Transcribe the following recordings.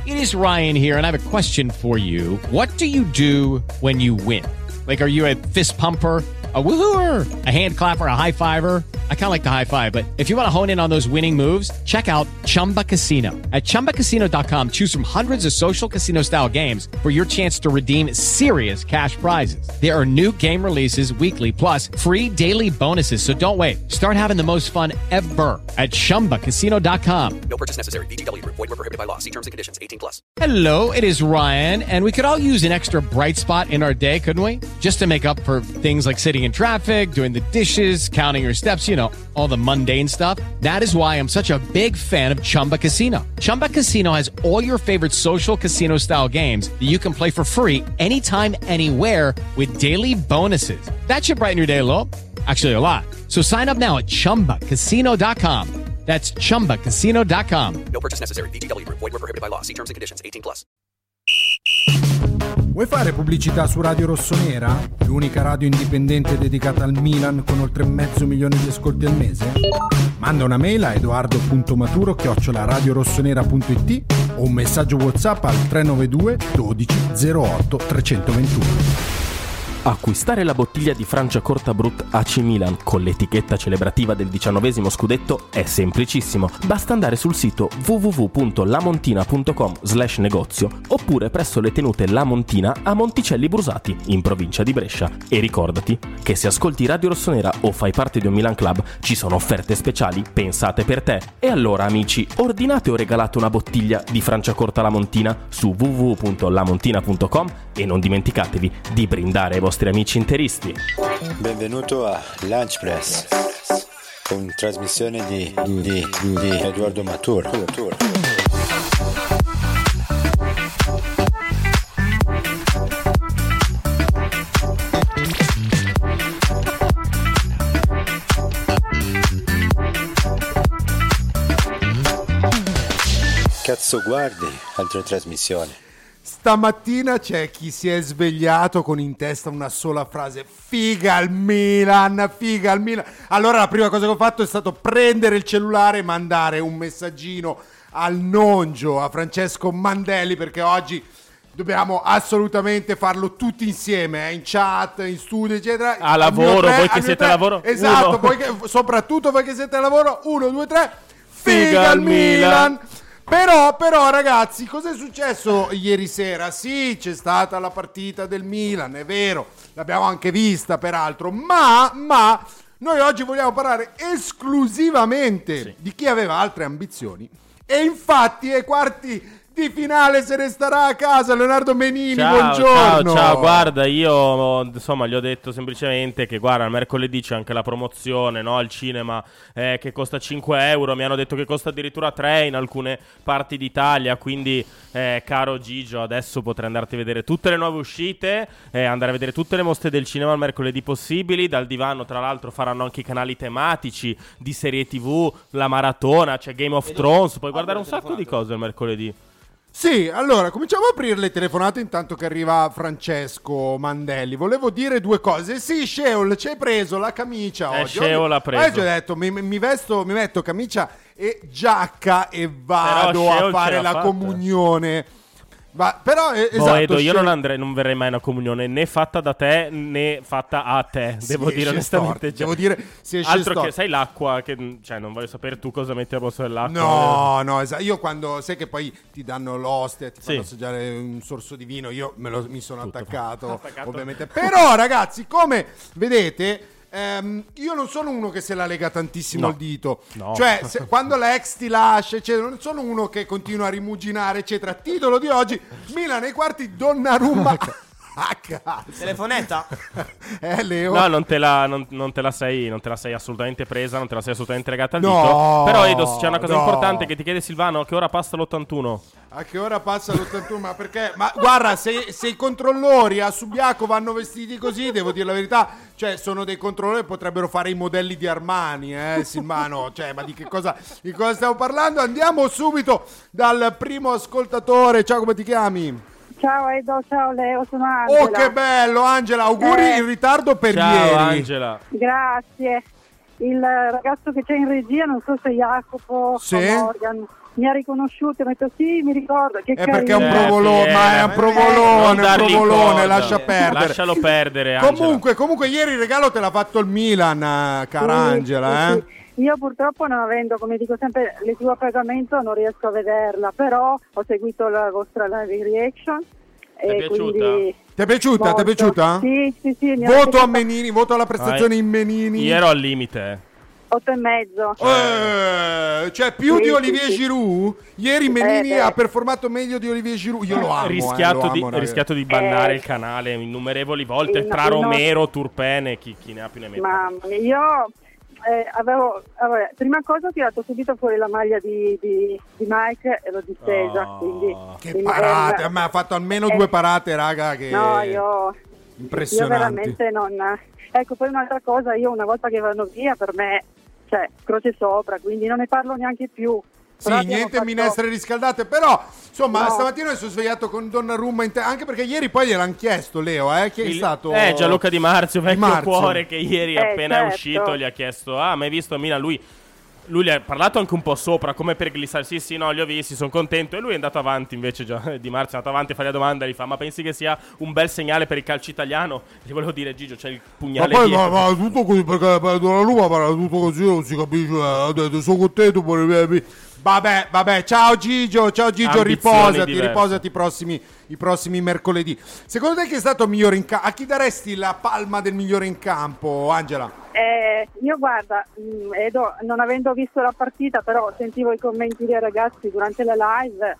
It is Ryan here, and I have a question for you. What do you do when you win? Like, are you a fist pumper, a woohooer, a hand clapper, a high fiver? I kind of like the high five, but if you want to hone in on those winning moves, check out Chumba Casino. At ChumbaCasino.com, choose from hundreds of social casino style games for your chance to redeem serious cash prizes. There are new game releases weekly, plus free daily bonuses. So don't wait. Start having the most fun ever at ChumbaCasino.com. No purchase necessary. VGW Group. Void where prohibited by law. See terms and conditions. 18+. Hello, it is Ryan, and we could all use an extra bright spot in our day, couldn't we? Just to make up for things like sitting in traffic, doing the dishes, counting your steps, you know, all the mundane stuff. That is why I'm such a big fan of Chumba Casino. Chumba Casino has all your favorite social casino style games that you can play for free anytime, anywhere with daily bonuses. That should brighten your day a little. Actually, a lot. So sign up now at ChumbaCasino.com. That's ChumbaCasino.com. No purchase necessary. VGW Group. Void where prohibited by law. See terms and conditions. 18+. Vuoi fare pubblicità su Radio Rossonera? L'unica radio indipendente dedicata al Milan con oltre 500.000 di ascolti al mese? Manda una mail a edoardo.maturo@radiorossonera.it o un messaggio WhatsApp al 392 12 08 321. Acquistare la bottiglia di Franciacorta Brut AC Milan con l'etichetta celebrativa del 19° scudetto è semplicissimo. Basta andare sul sito www.lamontina.com/negozio oppure presso le tenute La Montina a Monticelli Brusati, in provincia di Brescia. E ricordati che se ascolti Radio Rossonera o fai parte di un Milan Club ci sono offerte speciali pensate per te. E allora amici, ordinate o regalate una bottiglia di Franciacorta La Montina su www.lamontina.com e non dimenticatevi di brindare ai vostri amici interisti. Benvenuto a Lunch Press, con trasmissione di Edoardo Maturo. Cazzo guardi altre trasmissioni? Stamattina c'è chi si è svegliato con in testa una sola frase: figa il Milan, figa il Milan. Allora la prima cosa che ho fatto è stato prendere il cellulare e mandare un messaggino al noncio, a Francesco Mandelli, perché oggi dobbiamo assolutamente farlo tutti insieme, in chat, in studio, eccetera. A lavoro, voi che siete a lavoro. Esatto, soprattutto voi che siete a lavoro. 1, 2, 3, figa il Milan. Però ragazzi, cos'è successo ieri sera? Sì, c'è stata la partita del Milan, è vero, l'abbiamo anche vista peraltro, ma noi oggi vogliamo parlare esclusivamente di chi aveva altre ambizioni e infatti ai quarti di finale se ne starà a casa. Leonardo Menini, buongiorno. Ciao, guarda, io insomma gli ho detto semplicemente che guarda, il mercoledì c'è anche la promozione, no, al cinema, che costa 5 euro, mi hanno detto che costa addirittura 3 in alcune parti d'Italia, quindi caro Gigio, adesso potrai andarti a vedere tutte le nuove uscite, andare a vedere tutte le mostre del cinema il mercoledì possibili. Dal divano tra l'altro faranno anche i canali tematici di serie TV, la maratona, c'è Game of Thrones, puoi guardare un sacco di cose il mercoledì. Sì, allora cominciamo a aprire le telefonate intanto che arriva Francesco Mandelli. Volevo dire due cose. Sì, Sceol, ci hai preso la camicia oggi. Sceol ha preso. Oggi ho detto mi metto camicia e giacca e vado a fare la comunione. Però esatto, Edo, io non verrei mai a una comunione né fatta da te né fatta a te. Devo dire onestamente. Devo dire, si esce altro storto. che sai l'acqua, che cioè non voglio sapere tu cosa metti a posto dell'acqua. No, esatto. Io quando sai che poi ti danno l'ostia, ti fanno assaggiare un sorso di vino, io mi sono attaccato ovviamente. Però ragazzi, come vedete, io non sono uno che se la lega tantissimo al dito, cioè quando la ex ti lascia eccetera, non sono uno che continua a rimuginare eccetera. Titolo di oggi: Milan ai quarti, Donnarumma a casa. Telefonetta? Leo? No, non te la sei assolutamente presa, non te la sei assolutamente legata al dito. Però Edo, c'è una cosa importante che ti chiede Silvano: a che ora passa l'81? A che ora passa l'81? Ma perché? Ma guarda, se i controllori a Subiaco vanno vestiti così, devo dire la verità, cioè sono dei controllori che potrebbero fare i modelli di Armani, Silvano. Cioè, ma di cosa stiamo parlando? Andiamo subito dal primo ascoltatore. Ciao, come ti chiami? Ciao Edo, ciao Leo, sono Angela. Oh, che bello, Angela, auguri in ritardo per ciao, ieri. Ciao Angela. Grazie. Il ragazzo che c'è in regia, non so se Jacopo o Morgan. mi ha riconosciuto, mi ha detto sì, mi ricordo, che È perché è un carino. provolone, ma è un provolone, lascia perdere. Lascialo perdere, Angela. Comunque ieri il regalo te l'ha fatto il Milan, cara Angela, Sì. Io purtroppo non avendo, come dico sempre, le tue a pagamento non riesco a vederla, però ho seguito la vostra live reaction. Ti è piaciuta? Quindi Ti è piaciuta? molto. Ti è piaciuta? Sì. mi ha Voto piaciuta. a Menini, voto alla prestazione in Menini. Io ero al limite. 8,5. Cioè più Sì, di Olivier sì. Giroud. Ieri Menini beh. ha performato meglio di Olivier Giroud. Io lo amo. Rischiato di bannare il canale innumerevoli volte Sì, tra no, Romero, Turpen e chi ne ha più ne metta. Mamma mia, io prima cosa ho tirato subito fuori la maglia di Mike e l'ho distesa. Quindi, Che parate, a me ha fatto almeno 2 parate, raga. Che No, io impressionanti. veramente non. Ecco, poi un'altra cosa, io una volta che vanno via, per me, cioè, croce sopra, quindi non ne parlo neanche più. Sì, Però abbiamo niente fatto- minestre riscaldate, però insomma No. stamattina mi sono svegliato con Donnarumma anche perché ieri poi gliel'hanno chiesto, Leo, chi è stato? Gianluca Di Marzio, vecchio Marzio. cuore, che ieri appena è certo. uscito gli ha chiesto: ah, ma hai visto Milan? Lui gli ha parlato anche un po' sopra, come per glissare. Sì, no, li ho visti, sono contento. E lui è andato avanti, invece Di Marzio è andato avanti a fare la domanda. Gli fa: ma pensi che sia un bel segnale per il calcio italiano? Gli volevo dire, Gigio, c'è il Ma pugnale poi dietro. ma tutto così perché per Donnarumma parla tutto così, non si capisce. Ha detto sono contento pure. Vabbè, ciao Gigio, Ambizioni riposati diverse. i prossimi mercoledì. Secondo te chi è stato migliore in campo? A chi daresti la palma del migliore in campo, Angela? Io guarda, Edo, non avendo visto la partita, però sentivo i commenti dei ragazzi durante la live,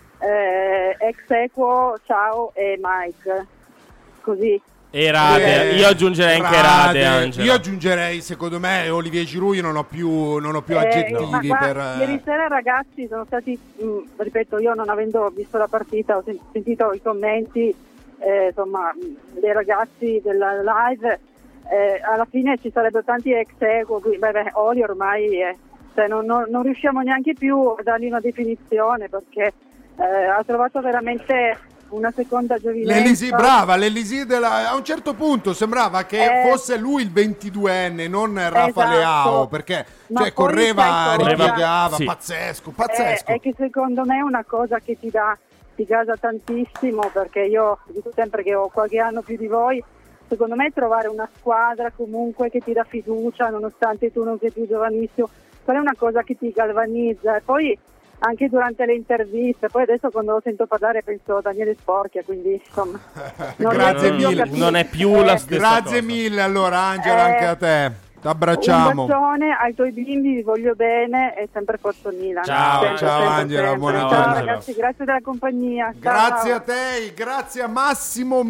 ex equo, ciao e Mike, così. E Rade, io aggiungerei anche Rade, Angela. Io aggiungerei, secondo me, Olivier Giroud. Io non ho più aggettivi ma guarda, per. Ieri sera ragazzi sono stati, ripeto, io non avendo visto la partita ho sentito i commenti insomma dei ragazzi della live, alla fine ci sarebbero tanti ex equo, Oli ormai cioè non riusciamo neanche più a dargli una definizione perché ha trovato veramente una seconda giovinezza. L'Elisi a un certo punto sembrava che fosse lui il 22enne, non Rafa Esatto. Leao, perché Ma poi correva, sai cosa? ripiegava, Sì. pazzesco. È che secondo me è una cosa che ti gasa tantissimo, perché io dico sempre che ho qualche anno più di voi. Secondo me trovare una squadra comunque che ti dà fiducia nonostante tu non sei più giovanissimo, quella è una cosa che ti galvanizza. E poi anche durante le interviste, poi adesso quando lo sento parlare penso a Daniele Sporchia, quindi insomma Grazie mille. Non è più la stessa Grazie cosa. mille allora Angela, anche a te. T'abbracciamo. Un bacione ai tuoi bimbi, vi voglio bene e sempre Forza Milan. Ciao, ciao, Angela, buona Ciao giornata. ragazzi, grazie della compagnia. Ciao, Grazie ciao. a te, grazie a Massimo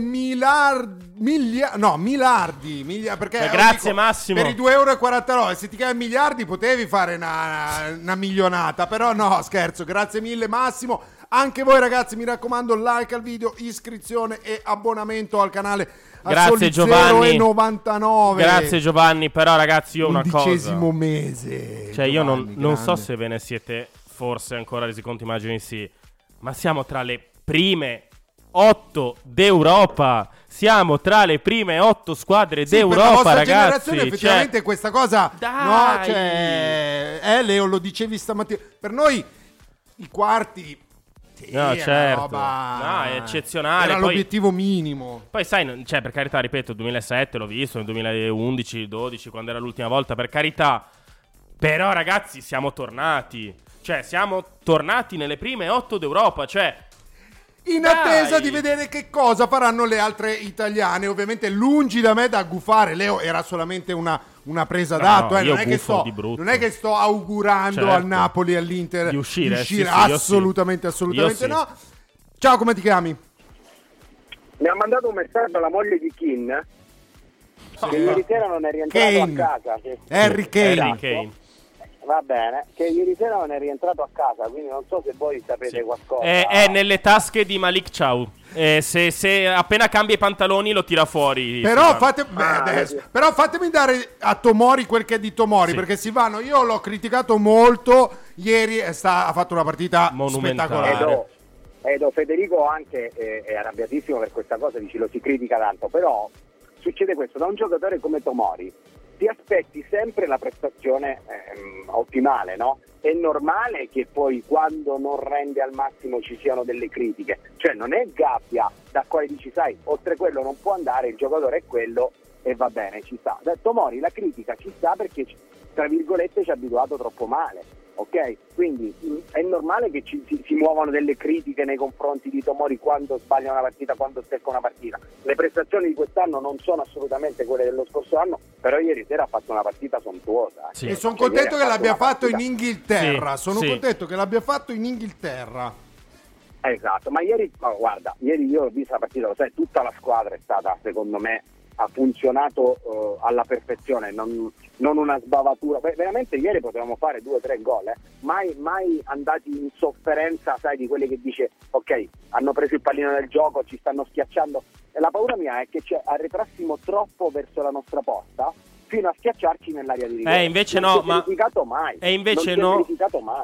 Miliardi, perché Grazie, Massimo. per i 2,49 €, se ti chiami Miliardi potevi fare una milionata, però no, scherzo. Grazie mille Massimo. Anche voi ragazzi, mi raccomando, like al video, iscrizione e abbonamento al canale. Grazie Giovanni. 0,99. Grazie Giovanni, però ragazzi io una cosa. 11° mese. Cioè io Giovanni, non so grande. se ve ne siete forse ancora resi conto, immagino di sì, ma siamo tra le prime 8 d'Europa. Siamo tra le prime 8 squadre Sì, per la d'Europa, vostra ragazzi. generazione effettivamente questa cosa Dai! no, cioè, Leo, lo dicevi stamattina, per noi i quarti sì, No, è una certo. roba- No, è eccezionale. era Poi- l'obiettivo minimo. Poi sai, cioè per carità, ripeto, 2007 l'ho visto, nel 2011, 12, quando era l'ultima volta, per carità. Però ragazzi, siamo tornati. Cioè, siamo tornati nelle prime 8 d'Europa, cioè In Dai! attesa di vedere che cosa faranno le altre italiane. Ovviamente lungi da me da gufare. Leo era solamente una presa No, d'atto. no, io non, è che gufo di brutto. non è che sto augurando Certo. al Napoli e all'Inter Di uscire, sì, sì, io assolutamente, sì. assolutamente Io no. Ciao, come ti chiami? Mi ha mandato un messaggio alla moglie di Kin che ieri sera non è rientrato Kane. a casa. Harry Kane. Harry Kane. Va bene, che ieri sera non è rientrato a casa, quindi non so se voi sapete Sì. qualcosa. È nelle tasche di Malik Ciao. Se appena cambia i pantaloni lo tira fuori. Però, Silvano. però fatemi dare a Tomori quel che è di Tomori, Sì. perché Silvano, io l'ho criticato molto ieri, ha fatto una partita Monumentale. spettacolare. Edo, Federico anche è arrabbiatissimo per questa cosa, dici lo si critica tanto, però succede questo, da un giocatore come Tomori ti aspetti sempre la prestazione ottimale, no? è normale che poi quando non rende al massimo ci siano delle critiche, cioè non è gabbia da quale dici sai oltre quello non può andare, il giocatore è quello e va bene, ci sta. Tomori la critica ci sta perché tra virgolette ci ha abituato troppo male, ok? Quindi è normale che si muovano delle critiche nei confronti di Tomori quando sbaglia una partita, quando stecca una partita. Le prestazioni di quest'anno non sono assolutamente quelle dello scorso anno, però ieri sera ha fatto una partita sontuosa. Sì. E sono contento che l'abbia fatto in Inghilterra. Sì, sono sì. contento che l'abbia fatto in Inghilterra. Esatto, ma ieri, guarda, ieri io ho visto la partita, lo sai, tutta la squadra è stata, secondo me, ha funzionato alla perfezione, non una sbavatura. Veramente ieri potevamo fare 2-3 gol, mai andati in sofferenza, sai, di quelli che dice ok, hanno preso il pallino del gioco, ci stanno schiacciando. E la paura mia è che arretrassimo troppo verso la nostra porta fino a schiacciarci nell'area di rigore. Invece non no, si è verificato mai. E invece non no. Si è verificato mai.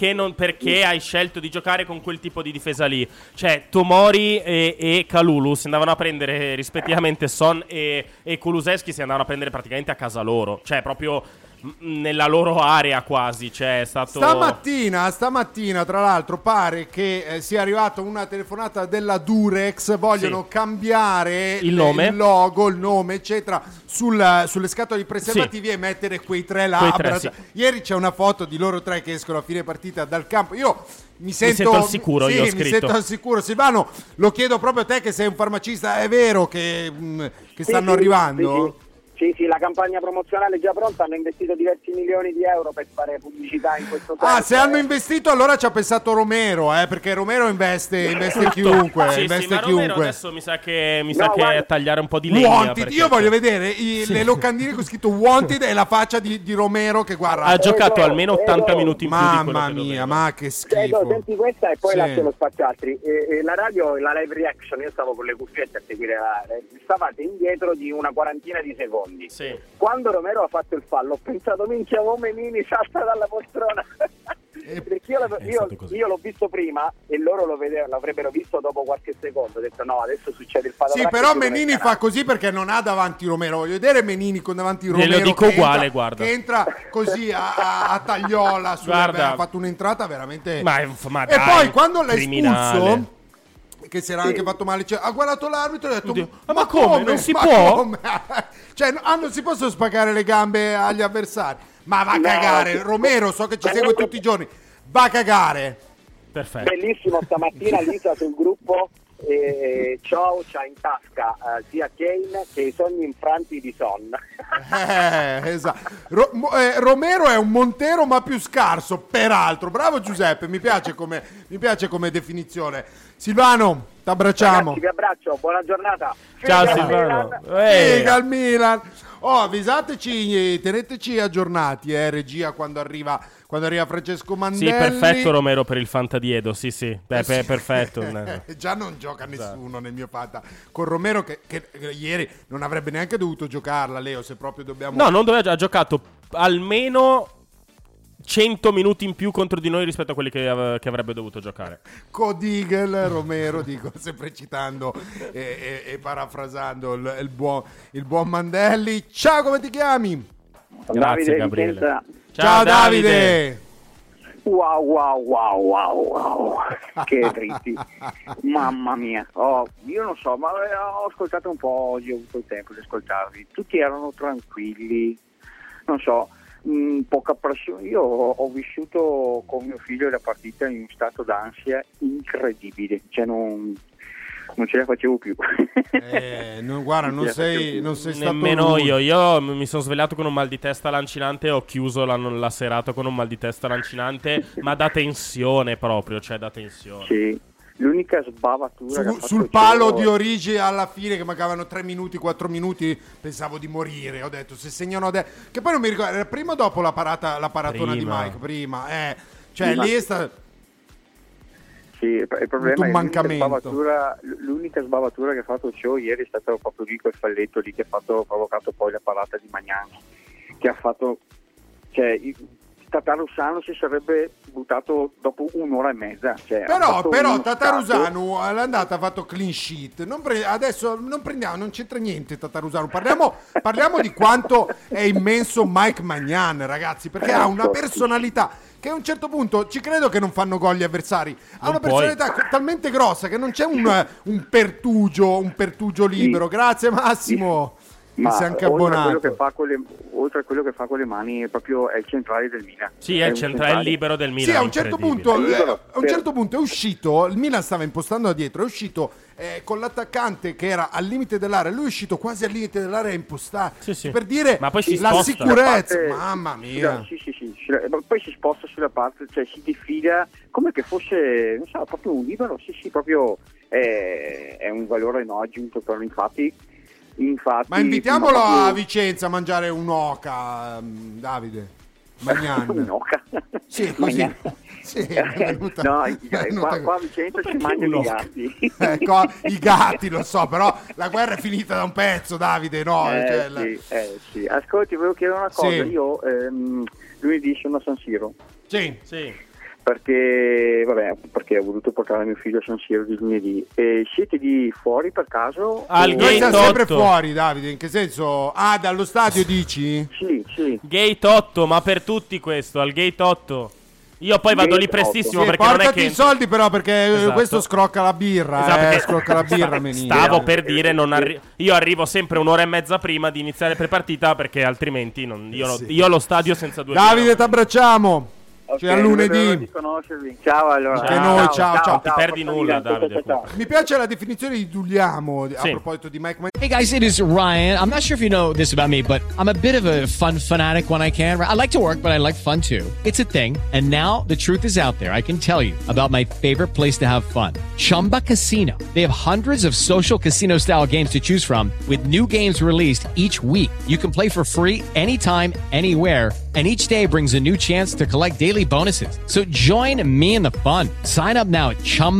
Perché hai scelto di giocare con quel tipo di difesa lì? Cioè, Tomori e Kalulu si andavano a prendere rispettivamente Son e Kulusevski si andavano a prendere praticamente a casa loro. Cioè, proprio nella loro area quasi. Cioè, è stato... Stamattina, tra l'altro, pare che sia arrivata una telefonata della Durex. Vogliono cambiare il nome, il logo, il nome, eccetera, sulle scatole preservativi e mettere quei 3 labbra. Ieri c'è una foto di loro 3 che escono a fine partita dal campo. Io mi sento al sicuro, io ho scritto. Mi sento al sicuro. Silvano, lo chiedo proprio a te che sei un farmacista. È vero che stanno arrivando? Sì, la campagna promozionale è già pronta, hanno investito diversi milioni di euro per fare pubblicità in questo senso. Se hanno investito allora ci ha pensato Romero, perché Romero investe chiunque. Sì, investe ma chiunque. Romero adesso mi sa che è tagliare un po' di legna. Wanted, io voglio vedere le locandine con scritto Wanted e la faccia di Romero che guarda. Ha giocato almeno 80 minuti in più di quello Mamma che mia, doveva. ma che schifo. Senti questa e poi lascio lo spazio altri. La radio, la live reaction, io stavo con le cuffiette a seguire stavate indietro di una quarantina di secondi. Sì. Quando Romero ha fatto il fallo ho pensato minchia Menini salta dalla poltrona perché io l'ho visto prima e loro l'avrebbero visto dopo qualche secondo. Ho detto no, adesso succede il fallo. Sì, però Menini fa così perché non ha davanti Romero. Voglio vedere Menini con davanti Romero. Glielo dico uguale, guarda. Che entra così a tagliola ha fatto un'entrata veramente. Ma e poi quando l'ha espulso, che si era anche fatto male, ha guardato l'arbitro e ha detto ma come? Non si può? Come? Cioè non si possono spaccare le gambe agli avversari. Ma va a cagare. Romero, so che ci segue tutti i giorni, va a cagare. Perfetto. Bellissimo stamattina Lisa sul gruppo. Ciao, c'ha in tasca sia Kane che i sogni infranti di Son. Esatto. Romero è un Montero ma più scarso, peraltro. Bravo Giuseppe, mi piace come definizione. Silvano, ti abbracciamo. Ragazzi, vi abbraccio, buona giornata. Ciao Silvano. Figa il Milan. Avvisateci, teneteci aggiornati, regia, quando arriva Francesco Mandelli. Sì, perfetto Romero per il Fantadiedo, sì. Perfetto. Già non gioca nessuno nel mio Fanta. Con Romero che ieri non avrebbe neanche dovuto giocarla, Leo, se proprio dobbiamo... No, non doveva, ha giocato almeno 100 minuti in più contro di noi rispetto a quelli che avrebbe dovuto giocare. Codigel Romero, dico, sempre citando e parafrasando il buon Mandelli. Ciao, come ti chiami? Grazie Gabriele. Ciao Davide. Wow. Che dritti. Mamma mia. Io non so, ma ho ascoltato un po' oggi, ho avuto il tempo di ascoltarvi. Tutti erano tranquilli. Non so, poca pressione. Io ho vissuto con mio figlio la partita in stato d'ansia incredibile. Cioè non ce la facevo più. Guarda, non sei stato nemmeno io mi sono svegliato con un mal di testa lancinante e ho chiuso la serata con un mal di testa lancinante, ma da tensione proprio, cioè da tensione. Sì. L'unica sbavatura sul palo di Origi alla fine, che mancavano 3 minuti, 4 minuti, pensavo di morire. Ho detto, se segnano che poi non mi ricordo, era prima o dopo la paratona di Mike? Prima. Cioè lì è stato... Sì, il problema è l'unica sbavatura che ha fatto Ciò ieri è stato proprio lì quel falletto lì che ha provocato poi la parata di Magnani, che ha fatto, cioè Tatarusanu si sarebbe buttato dopo un'ora e mezza. Cioè, però Tatarusanu all'andata ha fatto clean sheet. Adesso non prendiamo, non c'entra niente Tatarusanu. Parliamo di quanto è immenso Mike Maignan, ragazzi, perché ha una personalità che a un certo punto ci credo che non fanno gol gli avversari. Ha una personalità talmente grossa che non c'è un pertugio libero. Grazie Massimo. Ma si è anche abbonato. Oltre a quello che fa con le mani, proprio è il centrale del Milan. Sì, è il centrale libero del Milan. Sì, a un certo punto è uscito, il Milan stava impostando da dietro, è uscito con l'attaccante che era al limite dell'area, lui è uscito quasi al limite dell'area a impostare, per dire ma poi la sicurezza. Mamma mia. Sì. Poi si sposta sulla parte, cioè si diffida come che fosse, non so, proprio un libero. Sì, proprio è un valore aggiunto per infatti. Ma invitiamolo a Vicenza a mangiare un'oca, Davide. Magnan. Un'oca? Sì, così. Sì, qua a Vicenza si mangiano i gatti. I gatti, lo so, però la guerra è finita da un pezzo, Davide, no? Sì. Ascolti, volevo chiedere una cosa. Sì. Io lunedì sono a San Siro. Sì. Perché ho voluto portare mio figlio a San Siro di lunedì. E siete di fuori per caso? Noi siamo sempre fuori, Davide. In che senso? Dallo stadio dici? Sì. Gate 8, ma per tutti questo, al Gate 8. Io poi vado lì prestissimo, perché non è che i soldi però, perché questo scrocca la birra. Esatto, scrocca la birra. Stavo per dire, io arrivo sempre un'ora e mezza prima di iniziare pre-partita, perché altrimenti io allo stadio senza due. Davide, ti abbracciamo. Okay, a lunedì. Ciao allora. Che noi, ciao. Non ti perdi nulla, Davide. Mi piace la definizione di Duliamo a proposito di Mike. Hey guys, it is Ryan. I'm not sure if you know this about me, but I'm a bit of a fun fanatic when I can. I like to work, but I like fun too. It's a thing. And now the truth is out there. I can tell you about my favorite place to have fun. Chumba Casino. They have hundreds of social casino style games to choose from with new games released each week. You can play for free anytime, anywhere. And each day brings a new chance to collect daily bonuses. So join me in the fun. Sign up now at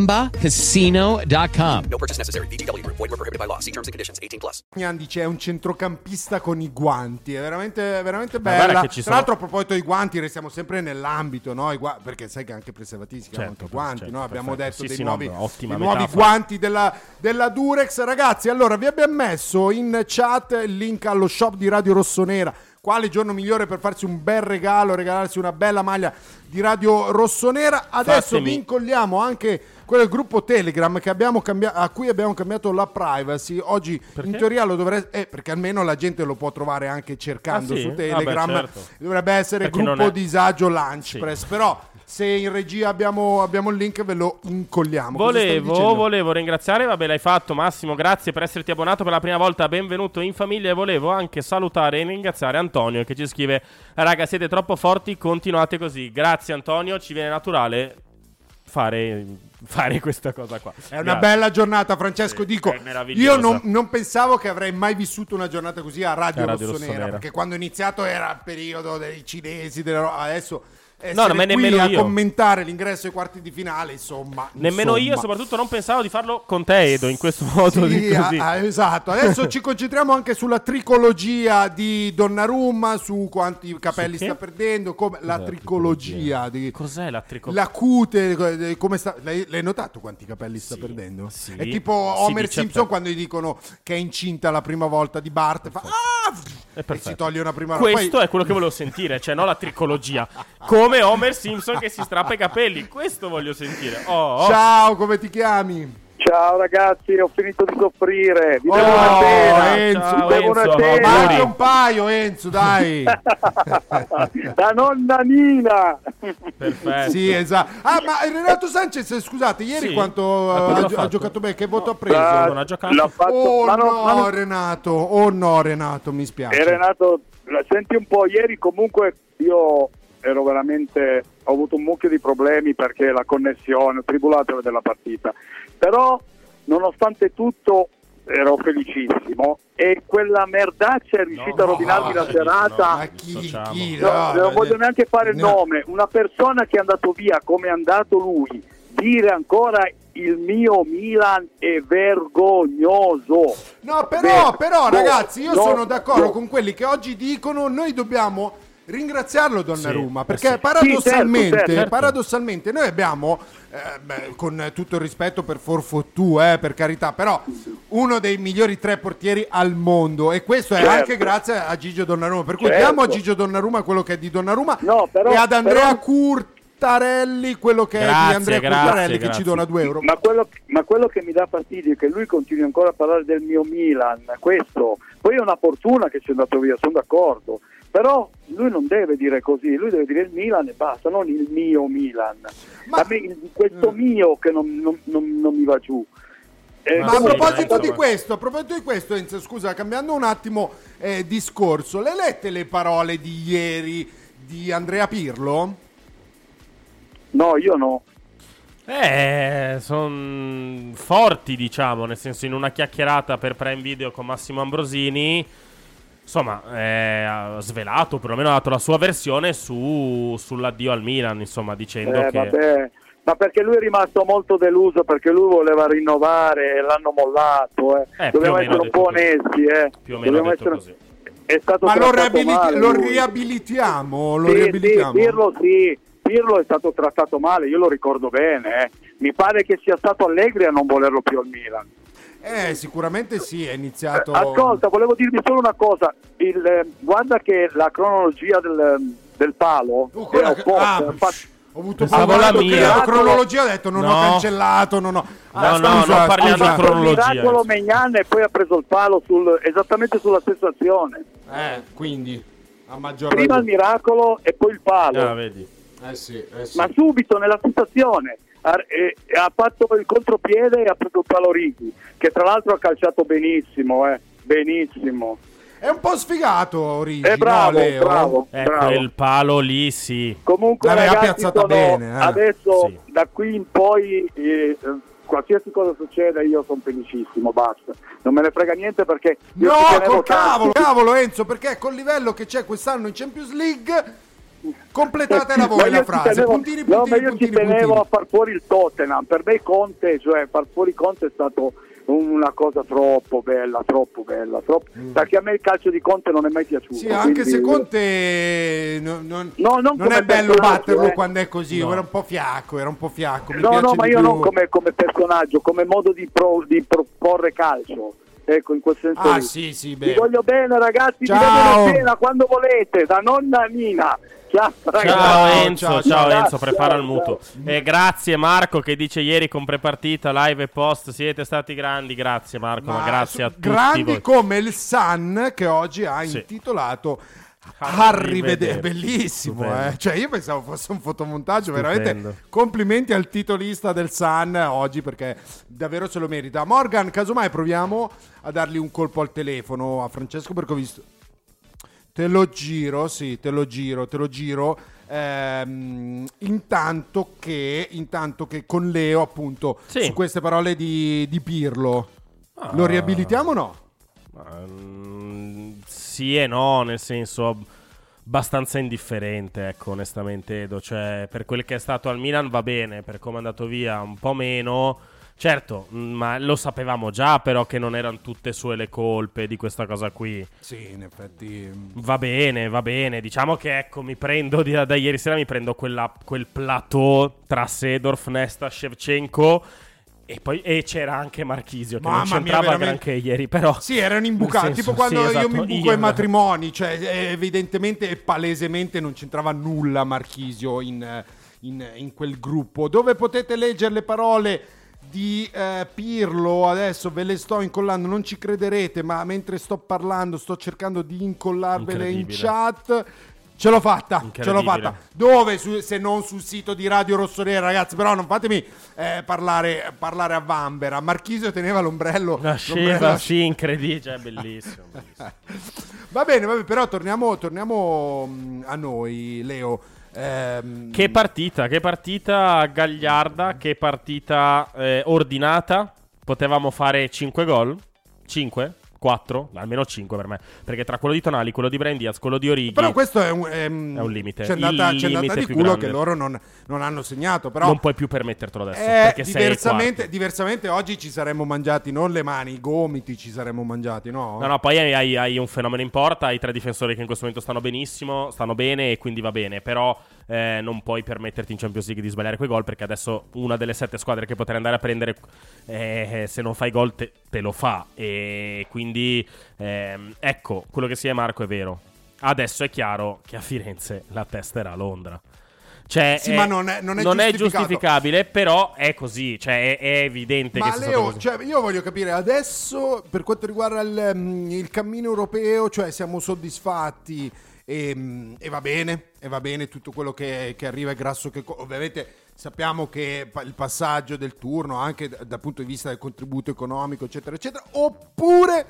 ChumbaCasino.com. No purchase necessary. VGW. Void where prohibited by law. See terms and conditions. 18+. Dice è un centrocampista con i guanti. È veramente bella. Tra l'altro a proposito dei guanti restiamo sempre nell'ambito, no? Perché sai che anche preservativi si chiamano guanti, no? Abbiamo detto dei nuovi guanti della Durex. Ragazzi, allora vi abbiamo messo in chat il link allo shop di Radio Rossonera. Quale giorno migliore per farsi un bel regalo, regalarsi una bella maglia di Radio Rossonera. Adesso vi incolliamo anche quel gruppo Telegram che a cui abbiamo cambiato la privacy. Oggi in teoria lo dovreste, perché almeno la gente lo può trovare anche cercando su Telegram. Certo. Dovrebbe essere perché gruppo disagio Lunch Press, però se in regia abbiamo il link ve lo incolliamo. Volevo ringraziare, l'hai fatto Massimo, grazie per esserti abbonato per la prima volta, benvenuto in famiglia. E volevo anche salutare e ringraziare Antonio che ci scrive: raga, siete troppo forti, continuate così. Grazie Antonio, ci viene naturale fare questa cosa qua. È una bella giornata, Francesco. Dico, io non pensavo che avrei mai vissuto una giornata così a Radio Rossonera, perché quando ho iniziato era il periodo dei cinesi, adesso nemmeno io a commentare l'ingresso ai quarti di finale, insomma. Nemmeno io, soprattutto non pensavo di farlo con te, Edo, in questo modo così. Esatto. Adesso ci concentriamo anche sulla tricologia di Donnarumma, su quanti capelli sta perdendo, la tricologia di cos'è la tricologia? La cute, come sta. L'hai notato quanti capelli sta perdendo? Sì. È tipo Homer Simpson quando gli dicono che è incinta la prima volta di Bart, fa e si toglie una prima volta. Questo è quello che volevo sentire, cioè no la tricologia. Come Homer Simpson che si strappa i capelli, questo voglio sentire. Ciao, come ti chiami? Ciao ragazzi, ho finito di soffrire. Vi devo una cena. Enzo, manca un paio, Enzo, dai. Da nonna Nina. Perfetto. Sì, esatto. Ma Renato Sanchez, scusate, ieri quanto ha giocato bene? Che voto ha preso? Non ha giocato. Renato, mi spiace. Renato, senti un po', ieri comunque io ero veramente, ho avuto un mucchio di problemi perché la connessione, ho tribulato della partita, però nonostante tutto ero felicissimo e quella merdaccia è riuscita a rovinarmi la serata. Ma chi? Non voglio neanche fare il nome, una persona che è andato via come è andato lui, dire ancora il mio Milan è vergognoso. No, però ragazzi, io sono d'accordo con quelli che oggi dicono noi dobbiamo ringraziarlo Donnarumma, Sì, perché sì. paradossalmente, Sì, certo. paradossalmente noi abbiamo, con tutto il rispetto per Forfotù, per carità, però uno dei migliori 3 portieri al mondo, e questo è Certo. anche grazie a Gigio Donnarumma, per cui Certo. diamo a Gigio Donnarumma quello che è di Donnarumma, No, però- e ad Andrea però- Curtarelli quello che è di Grazie, Andrea grazie, Curtarelli, che grazie. ci dona 2 euro. Ma quello che mi dà fastidio è che lui continui ancora a parlare del mio Milan, questo. Poi è una fortuna che sia andato via, sono d'accordo. Però lui non deve dire così, lui deve dire il Milan e basta, non il mio Milan. Ma- A me questo mio che non mi va giù. Ma a sì, proposito certo, di ma- questo, Enzo, scusa, cambiando un attimo discorso, le lette le parole di ieri di Andrea Pirlo? No, io no. Sono forti, diciamo, nel senso, in una chiacchierata per Prime Video con Massimo Ambrosini, insomma, ha svelato, perlomeno ha dato la sua versione sull'addio al Milan, insomma, dicendo che... Vabbè. Ma perché lui è rimasto molto deluso, perché lui voleva rinnovare e l'hanno mollato. più o Dobbiamo meno essere un po' detto così. onesti. Più o meno Dobbiamo detto così. È stato Ma lo trattato male, lui. riabilitiamo? Lo Sì, riabilitiamo? sì, Pirlo è stato trattato male, io lo ricordo bene. Mi pare che sia stato Allegri a non volerlo più al Milan. Sicuramente sì, è iniziato... Ascolta, volevo dirvi solo una cosa. Guarda che la cronologia del palo quella è che- opposta. ho avuto Pensavo la mia. la cronologia, ho detto non ho No. cancellato, non ho... No, non parliamo di cronologia. Miracolo Megnan e poi ha preso il palo esattamente sulla stessa azione. Quindi, a maggior Prima il ragione. miracolo e poi il palo. Vedi. Sì. Ma subito nella stessa azione ha fatto il contropiede e ha preso il palo Righi, che tra l'altro ha calciato benissimo, benissimo. È un po' sfigato Origi, Bravo, no, Leo? bravo. Quel palo lì, sì. Comunque L'aveva ragazzi, piazzata bene, adesso Sì. da qui in poi qualsiasi cosa succeda io sono felicissimo, basta. Non me ne frega niente perché io ci No, tenevo col tanto. cavolo Enzo, perché col livello che c'è quest'anno in Champions League, completatela voi Ma la io ci frase. tenevo- Puntini, no, puntini, ma io puntini, ci tenevo puntini. a far fuori il Tottenham. Per me Conte, cioè far fuori Conte è stato una cosa troppo bella. Perché a me il calcio di Conte non è mai piaciuto. Sì, anche quindi- se Conte non non come è bello personaggio, batterlo quando è così, No. era un po' fiacco. Mi No, piace ma di io più. non come personaggio, come modo di proporre calcio. Ecco, in quel senso lì. Sì, Vi bene. voglio bene ragazzi, Ciao. vi vedo in cena quando volete, da nonna Nina. Ciao ragazzi. Ciao Enzo, ciao, Enzo, prepara il ciao. mutuo. Grazie Marco che dice ieri con prepartita, live e post, siete stati grandi, grazie Marco, ma grazie a tutti grandi voi. come il Sun che oggi ha Sì. intitolato Arrivederci. Arrivederci, bellissimo, Stupendo. Cioè io pensavo fosse un fotomontaggio, Stupendo. veramente complimenti al titolista del Sun oggi perché davvero se lo merita. Morgan, casomai proviamo a dargli un colpo al telefono a Francesco perché ho visto... Te lo giro. Intanto che con Leo appunto Sì. su queste parole di Pirlo lo riabilitiamo o no? Sì e no, nel senso abbastanza indifferente, ecco, onestamente Edo, cioè per quel che è stato al Milan va bene, per come è andato via un po' meno. Certo, ma lo sapevamo già però che non erano tutte sue le colpe di questa cosa qui. Sì, in effetti. Va bene, diciamo che ecco, mi prendo da ieri sera mi prendo quel plateau tra Seedorf, Nesta, Shevchenko e c'era anche Marchisio che non Mamma mia, c'entrava veramente. granché ieri, però Sì, erano imbucati, nel senso, tipo quando sì, esatto, io mi imbuco ai matrimoni, cioè evidentemente e palesemente non c'entrava nulla Marchisio in quel gruppo, dove potete leggere le parole di Pirlo. Adesso ve le sto incollando, non ci crederete, ma mentre sto parlando sto cercando di incollarvele in Incredibile. chat. Ce l'ho fatta. Incredibile. Dove? Se non sul sito di Radio Rossonera, ragazzi. Però non fatemi parlare a Vanvera. Marchisio teneva l'ombrello. Nasceva, sì, incredibile, cioè, bellissimo. Va bene, però torniamo a noi, Leo. Che partita gagliarda, che partita ordinata. Potevamo fare 5 gol? 5? 4, almeno 5 per me, perché tra quello di Tonali, quello di Brahim Diaz, quello di Origi, però questo è un limite. C'è andata di culo grande. che loro non hanno segnato, però non puoi più permettertelo adesso, perché diversamente oggi ci saremmo mangiati non le mani, i gomiti ci saremmo mangiati, no? No, poi hai un fenomeno in porta, hai 3 difensori che in questo momento stanno benissimo, stanno bene e quindi va bene, però non puoi permetterti in Champions League di sbagliare quei gol, perché adesso una delle 7 squadre che potrai andare a prendere, se non fai gol te lo fa, e quindi ecco, quello che sia Marco è vero. Adesso è chiaro che a Firenze la testa era a Londra. Cioè, sì, ma non è giustificabile, però è così, cioè è evidente ma che Leo, così. Cioè, io voglio capire adesso, per quanto riguarda il cammino europeo, cioè siamo soddisfatti e va bene tutto quello che arriva è grasso, che ovviamente sappiamo che il passaggio del turno anche dal punto di vista del contributo economico eccetera eccetera, oppure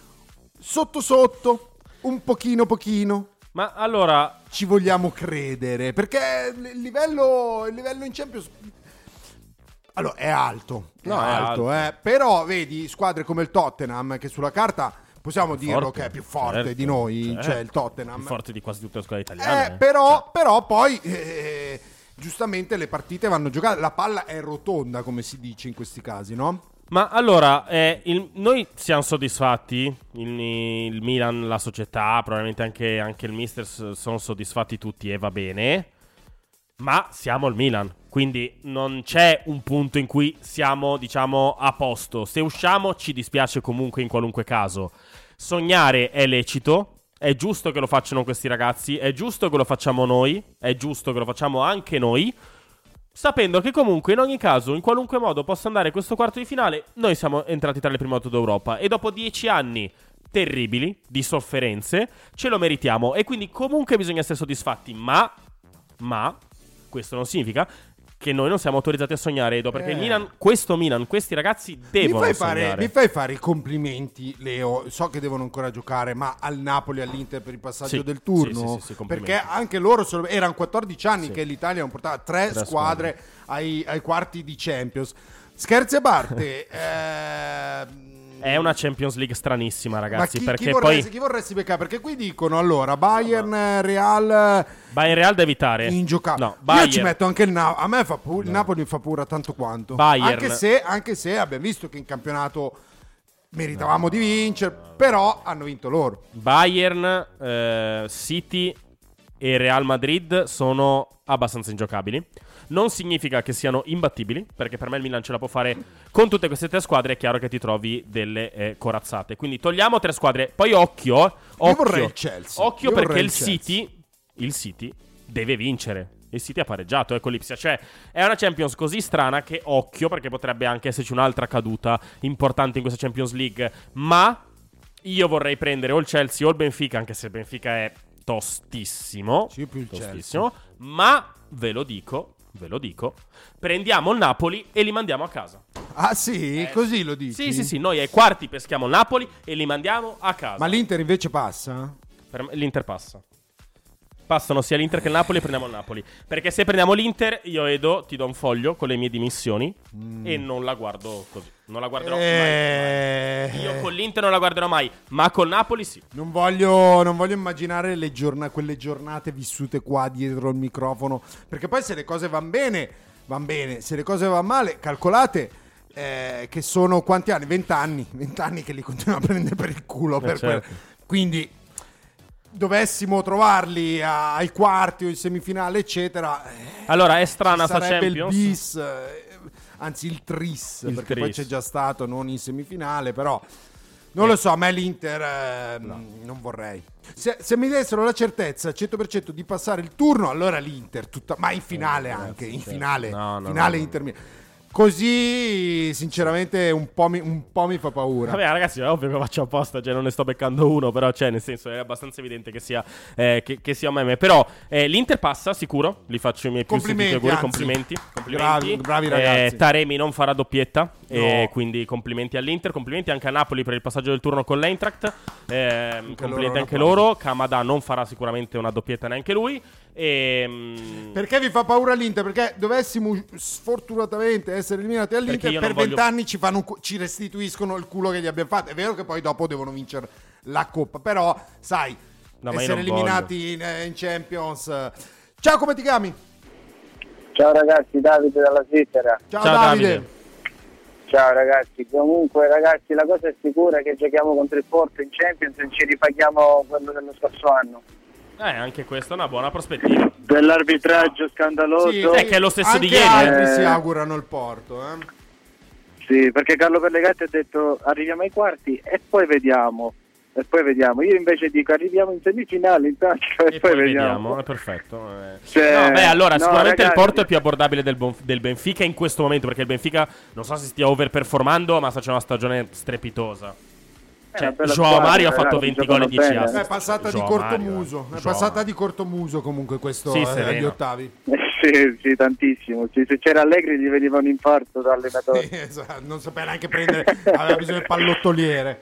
sotto un pochino. Ma allora ci vogliamo credere, perché il livello in Champions allora è alto, però vedi squadre come il Tottenham, che sulla carta possiamo dirlo che è più forte di noi, cioè il Tottenham più forte di quasi tutte le squadre italiane, però poi giustamente le partite vanno giocate, la palla è rotonda, come si dice in questi casi, no? Ma allora, noi siamo soddisfatti, il Milan, la società, probabilmente anche il mister sono soddisfatti tutti e va bene, ma siamo il Milan, quindi non c'è un punto in cui siamo, diciamo, a posto. Se usciamo ci dispiace comunque in qualunque caso. Sognare è lecito, è giusto che lo facciano questi ragazzi, è giusto che lo facciamo noi, è giusto che lo facciamo anche noi, sapendo che comunque in ogni caso, in qualunque modo possa andare questo quarto di finale, noi siamo entrati tra le prime 8 d'Europa e dopo 10 anni terribili di sofferenze ce lo meritiamo, e quindi comunque bisogna essere soddisfatti, ma questo non significa che noi non siamo autorizzati a sognare, Edo, perché il Milan, questi ragazzi devono sognare. Mi fai fare i complimenti, Leo, so che devono ancora giocare, ma al Napoli e all'Inter per il passaggio del turno, sì, perché anche loro erano 14 anni che l'Italia non portava 3 squadre ai quarti di Champions. Scherzi a parte, è una Champions League stranissima, ragazzi. Ma chi vorresti beccare? Perché qui dicono allora Bayern, Real da evitare. Ingiocabile. No, Bayern. Io ci metto anche il Napoli. A me fa il Napoli fa paura tanto quanto. Bayern. Anche se abbiamo visto che in campionato meritavamo di vincere, però hanno vinto loro. Bayern, City e Real Madrid sono abbastanza ingiocabili. Non significa che siano imbattibili, perché per me il Milan ce la può fare con tutte queste 3 squadre. È chiaro che ti trovi delle corazzate, quindi togliamo 3 squadre. Poi occhio, io vorrei il Chelsea. Occhio, perché il City deve vincere. Il City ha pareggiato, ecco l'Ipsia. Cioè è una Champions così strana che occhio, perché potrebbe anche esserci un'altra caduta importante in questa Champions League. Ma io vorrei prendere o il Chelsea o il Benfica, anche se il Benfica è tostissimo, sì, più il tostissimo. Ma ve lo dico, prendiamo il Napoli e li mandiamo a casa. Ah sì? Così lo dici? Sì, noi ai quarti peschiamo il Napoli e li mandiamo a casa. Ma l'Inter invece passa? Per me, l'Inter passa. Passano sia l'Inter che il Napoli e prendiamo il Napoli. Perché se prendiamo l'Inter, io Edo ti do un foglio con le mie dimissioni e non la guardo così. Non la guarderò mai. Io con l'Inter non la guarderò mai, ma col Napoli sì. Non voglio immaginare quelle giornate vissute qua dietro il microfono, perché poi se le cose van bene, se le cose van male, calcolate che sono quanti anni? 20 anni che li continuiamo a prendere per il culo quindi dovessimo trovarli ai quarti o in semifinale eccetera, allora è strana sta sarebbe Champions, il bis, anzi il tris, perché poi c'è già stato non in semifinale, però non lo so, a me l'Inter non vorrei. Se mi dessero la certezza 100% di passare il turno, allora l'Inter ma in finale anche, in finale Inter Milan. Così sinceramente un po' mi fa paura. Vabbè ragazzi, è ovvio che faccio apposta, cioè non ne sto beccando uno, però nel senso è abbastanza evidente che sia che sia un meme. Però l'Inter passa sicuro, li faccio i miei più sentiti auguri, complimenti. Bravi ragazzi. Taremi non farà doppietta, quindi complimenti all'Inter, complimenti anche a Napoli per il passaggio del turno con l'Eintracht, complimenti anche loro. Kamada non farà sicuramente una doppietta neanche lui. Perché vi fa paura l'Inter? Perché dovessimo sfortunatamente essere essere eliminati dall'Inter, Perché io per non voglio- 20 anni ci restituiscono il culo che gli abbiamo fatto. È vero che poi dopo devono vincere la Coppa, però sai, No, ma io essere non eliminati in Champions. Ciao, come ti chiami? Ciao ragazzi, Davide dalla Svizzera. Ciao Davide. Ciao ragazzi, comunque ragazzi la cosa è sicura che giochiamo contro il Porto in Champions e ci ripaghiamo quello dello scorso anno. Anche questa è una buona prospettiva. Dell'arbitraggio scandaloso. Sì, che è lo stesso anche di ieri. altri si augurano il Porto. Sì, perché Carlo Pellegatti ha detto arriviamo ai quarti e poi vediamo. Io invece dico arriviamo in semifinale intanto e poi vediamo. È perfetto. Cioè, allora no, sicuramente ragazzi, il Porto è più abbordabile del Benfica in questo momento, perché il Benfica non so se stia overperformando, ma sta facendo una stagione strepitosa. Cioè, una bella Joao squadra, Mario ha fatto ragazzi, 20 gol e 10 giocano assist. È passata di Joao cortomuso. Mario, È Joao passata Mario. di cortomuso comunque questo Sì, agli sereno. ottavi. Sì, tantissimo. Sì, se c'era Allegri gli veniva un infarto da allenatore. Sì, esatto, non sapeva neanche prendere, aveva bisogno del pallottoliere.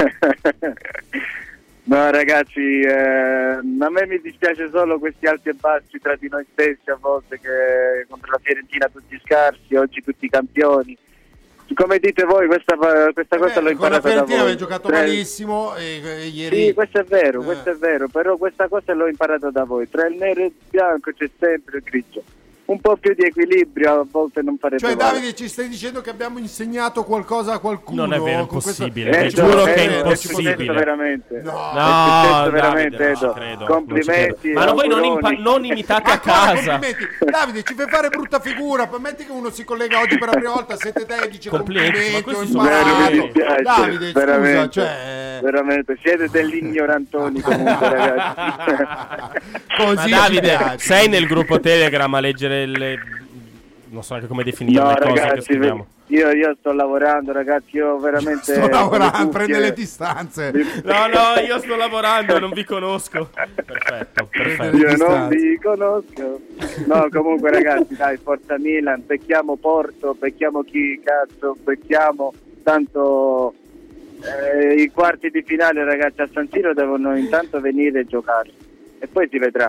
No ragazzi, a me mi dispiace solo questi alti e bassi tra di noi stessi a volte, che contro la Fiorentina tutti scarsi, oggi tutti campioni. Come dite voi, questa cosa l'ho Con la imparata da Fiorentina voi. aveva giocato malissimo e ieri... Sì, questo è vero, però questa cosa l'ho imparata da voi. Tra il nero e il bianco c'è sempre il grigio. Un po' più di equilibrio a volte non farebbe Cioè male. Davide, ci stai dicendo che abbiamo insegnato qualcosa a qualcuno? Non è vero, è con questa- impossibile. Giuro che è impossibile. Veramente. No, veramente, Davide, non ci Edo. credo, Complimenti. Ma voi auguroni. non imitate a Ancora casa. complimenti. Davide, ci fai fare brutta figura. Metti che uno si collega oggi per la prima volta, sente te e dice Complimenti, ma complimenti, ho questi sono imparato. Mi dispiace, Davide, scusa, veramente, cioè... veramente, siete degli ignorantoni comunque ragazzi. Così Ma ci Davide, piace. sei nel gruppo Telegram a leggere non so neanche come definire No le cose che ragazzi, scriviamo. io sto lavorando ragazzi, io veramente Sto lavorando, ho prende cuffie. le distanze. No, io sto lavorando, non vi conosco. Perfetto. Io non vi conosco. No, comunque ragazzi, dai, forza Milan, becchiamo Porto, becchiamo chi cazzo, becchiamo tanto i quarti di finale ragazzi a San Siro devono intanto venire e giocare e poi si vedrà.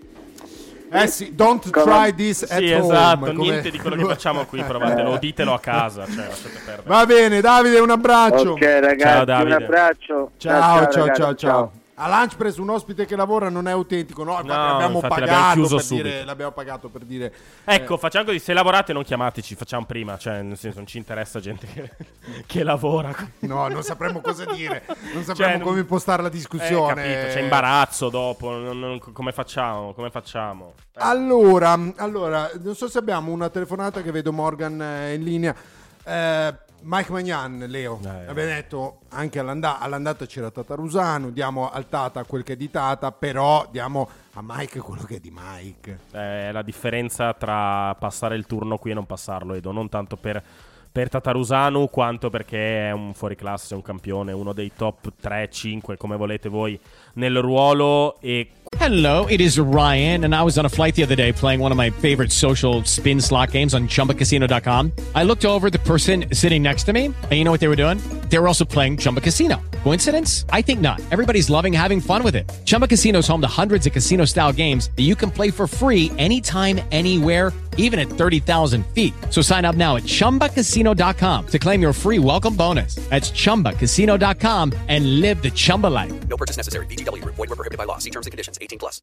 Sì, don't try this at Sì, home. esatto, come- niente di quello che facciamo qui, provatelo, ditelo a casa, cioè lasciate perdere. Va bene, Davide, un abbraccio. Ok ragazzi, Ciao, un Davide. abbraccio. Ciao. ragazzi, A Lunchpress un ospite che lavora non è autentico, no? Infatti l'abbiamo infatti pagato l'abbiamo chiuso per subito. dire, l'abbiamo pagato per dire. Ecco, facciamo così, se lavorate non chiamateci, facciamo prima, cioè nel senso non ci interessa gente che lavora. No, non sapremo cosa dire, non sapremo Cioè, come impostare la discussione. Capito, c'è imbarazzo dopo, come facciamo? Allora, non so se abbiamo una telefonata che vedo Morgan in linea. Mike Magnan, Leo, abbiamo detto anche all'andata c'era Tatarusano, diamo al Tata quel che è di Tata, però diamo a Mike quello che è di Mike. La differenza tra passare il turno qui e non passarlo, Edo, non tanto per Tatarusanu quanto perché è un fuoriclasse, un campione, uno dei top 3-5 come volete voi nel ruolo. E Hello, it is Ryan, and I was on a flight the other day playing one of my favorite social spin slot games on ChumbaCasino.com. I looked over at the person sitting next to me, and you know what they were doing? They were also playing Chumba Casino. Coincidence? I think not. Everybody's loving having fun with it. Chumba Casino is home to hundreds of casino-style games that you can play for free anytime, anywhere, even at 30,000 feet. So sign up now at ChumbaCasino.com to claim your free welcome bonus. That's ChumbaCasino.com and live the Chumba life. No purchase necessary. VGW. Void were prohibited by law. See terms and conditions. 18+.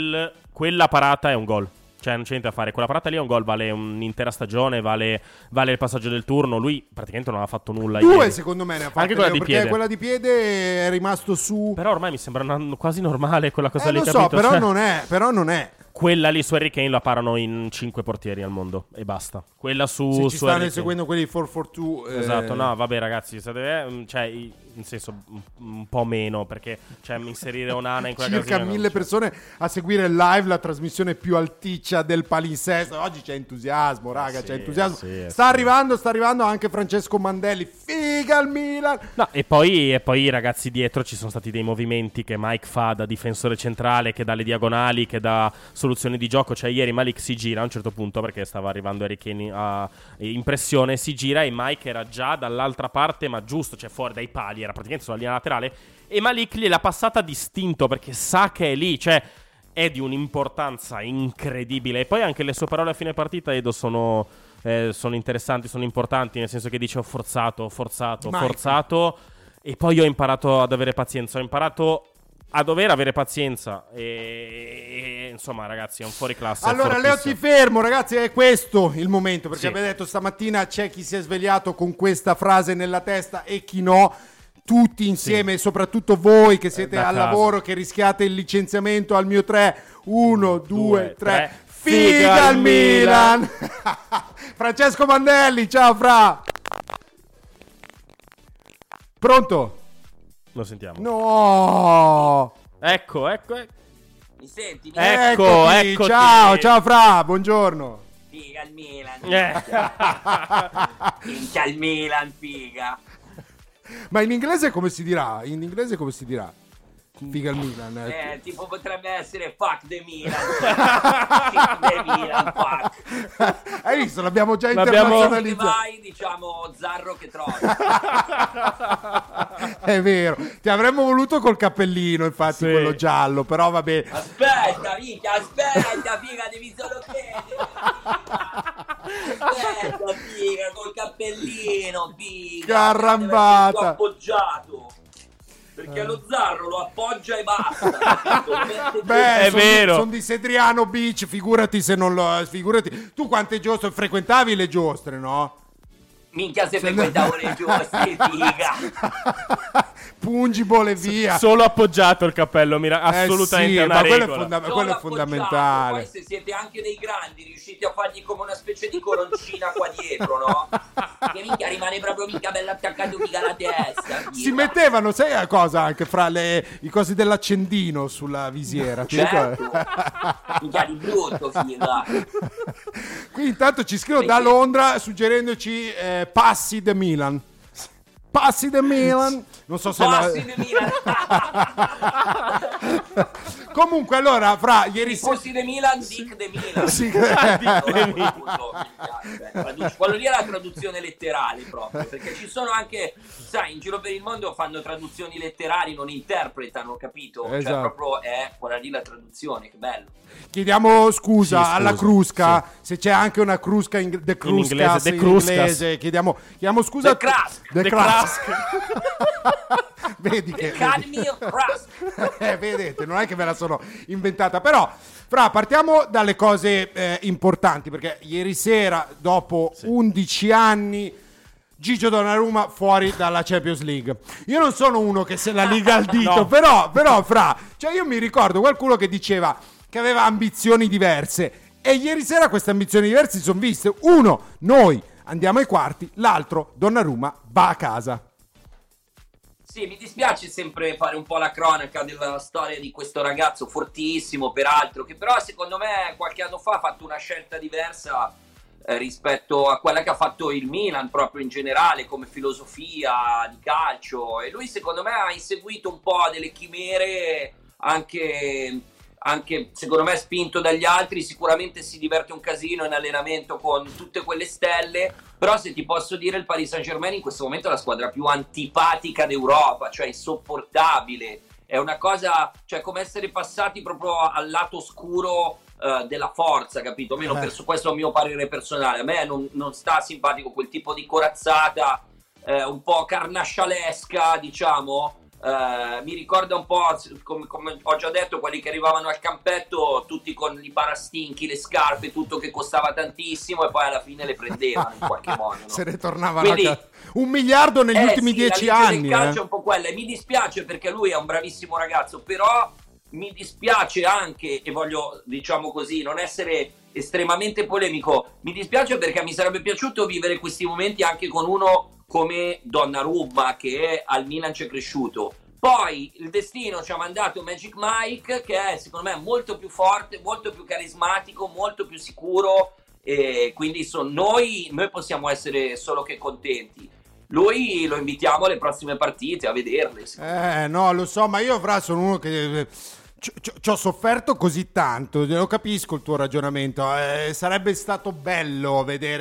quella parata è un gol. Cioè non c'è niente da fare, quella parata lì è un gol, vale un'intera stagione, vale il passaggio del turno. Lui praticamente non ha fatto nulla. Due ieri. secondo me ne ha fatte, anche quella Leo, di perché piede. quella di piede è rimasto su. Però ormai mi sembra quasi normale quella cosa lì, Lo capito? so, però Cioè, non è. quella lì su Harry Kane la parano in 5 portieri al mondo e basta. Quella Se su ci su stanno Harry Kane. seguendo quelli 442 Esatto, no, vabbè ragazzi, cioè in senso un po' meno, perché cioè inserire Onana in quella circa casina 1000 persone a seguire live la trasmissione più alticcia del palinsesto. Oggi c'è entusiasmo, raga, sì, c'è entusiasmo. sì, sta arrivando anche Francesco Mandelli. Figa il Milan. No, e poi ragazzi dietro ci sono stati dei movimenti che Mike fa da difensore centrale, che dalle diagonali, che da soluzioni di gioco. Cioè ieri Malik si gira a un certo punto perché stava arrivando Harry Kane in pressione, si gira e Mike era già dall'altra parte, ma giusto, cioè fuori dai pali, era praticamente sulla linea laterale, e Malik gliel'ha passata distinto perché sa che è lì, cioè è di un'importanza incredibile. E poi anche le sue parole a fine partita, Edo, sono sono interessanti, sono importanti, nel senso che dice ho forzato, Mike. e poi ho imparato ad avere pazienza, ho imparato a dover avere pazienza e insomma ragazzi è un fuoriclasse. Allora Leo ti fermo ragazzi, è questo il momento, perché abbiamo detto stamattina c'è chi si è svegliato con questa frase nella testa e chi no, tutti insieme, soprattutto voi che siete al lavoro, che rischiate il licenziamento, al mio 3, 1, 2, 3, figa al Milan. Francesco Mandelli, ciao Fra. Pronto? Lo sentiamo. No. Ecco. Mi senti? Eccoti. Ciao Fra, buongiorno. Figa il Milan. Minchia il Milan, figa. Ma in inglese come si dirà? Figa il Milan. Tipo potrebbe essere fuck the Milan. Fuck the Milan, fuck. Hai visto? L'abbiamo già internazionalizzato. Vai, diciamo Zarro che trovi. È vero. Ti avremmo voluto col cappellino, infatti, quello giallo, però vabbè. Aspetta, figa, devi solo chiedere. Aspetta, figa, col cappellino, figa. Che arrambata. Appoggiato. Perché lo Zarro lo appoggia e basta. Beh, è vero. Sono di Sedriano Beach, figurati se non lo... Figurati. Tu quante giostre frequentavi le giostre, no? Minchia se frequentavo le giostre, figa. Pungible e via. Solo appoggiato il cappello, assolutamente è una regola. Quello è fondamentale. Poi se siete anche dei grandi, riuscite a fargli come una specie di coroncina qua dietro, no? Che minchia rimane proprio bello attaccato mica alla testa. Figa. Si mettevano, sai cosa, anche fra i cosi dell'accendino sulla visiera. Certo. Minchia di brutto, figa. Qui intanto ci scrivono da Londra suggerendoci passi the Milan. Passi the Milan. Non so se the Milan. Comunque allora fra ieri sera Passi the Milan, Dick the Milan. Sì. Quello lì è la traduzione letterale proprio, perché ci sono anche, sai, in giro per il mondo fanno traduzioni letterali, non interpretano, capito? Esatto. Cioè proprio è quella lì la traduzione, che bello. Chiediamo scusa alla Crusca, se c'è anche una Crusca in inglese, chiediamo scusa. The Crask. Vedi The che Academy of Crask. vedete, non è che me la sono inventata, però fra partiamo dalle cose importanti, perché ieri sera dopo 11 anni Gigio Donnarumma fuori dalla Champions League. Io non sono uno che se la liga al dito, No. però fra, cioè io mi ricordo qualcuno che diceva che aveva ambizioni diverse e ieri sera queste ambizioni diverse si sono viste. Uno, noi andiamo ai quarti, l'altro, Donnarumma va a casa. Sì, mi dispiace sempre fare un po' la cronaca della storia di questo ragazzo fortissimo, peraltro, che però secondo me qualche anno fa ha fatto una scelta diversa rispetto a quella che ha fatto il Milan proprio in generale come filosofia di calcio, e lui secondo me ha inseguito un po' delle chimere anche secondo me spinto dagli altri. Sicuramente si diverte un casino in allenamento con tutte quelle stelle, però se ti posso dire il Paris Saint-Germain in questo momento è la squadra più antipatica d'Europa, cioè insopportabile, è una cosa, cioè come essere passati proprio al lato oscuro della forza, capito? Almeno questo è il mio parere personale. A me non sta simpatico quel tipo di corazzata un po' carnascialesca, diciamo. Mi ricorda un po', come ho già detto, quelli che arrivavano al campetto tutti con i parastinchi, le scarpe, tutto che costava tantissimo e poi alla fine le prendevano in qualche modo, no? Se ne tornavano a casa. 1 miliardo negli ultimi 10 anni. Il calcio è un po' quella, e mi dispiace perché lui è un bravissimo ragazzo, però mi dispiace anche, e voglio, diciamo così, non essere estremamente polemico, mi dispiace perché mi sarebbe piaciuto vivere questi momenti anche con uno come Donnarumma, che al Milan c'è cresciuto. Poi il destino ci ha mandato Magic Mike, che è secondo me molto più forte, molto più carismatico, molto più sicuro, e quindi noi possiamo essere solo che contenti. Lui lo invitiamo alle prossime partite a vederle. No, lo so, ma io sono uno che ci ho sofferto così tanto, lo capisco il tuo ragionamento, sarebbe stato bello vedere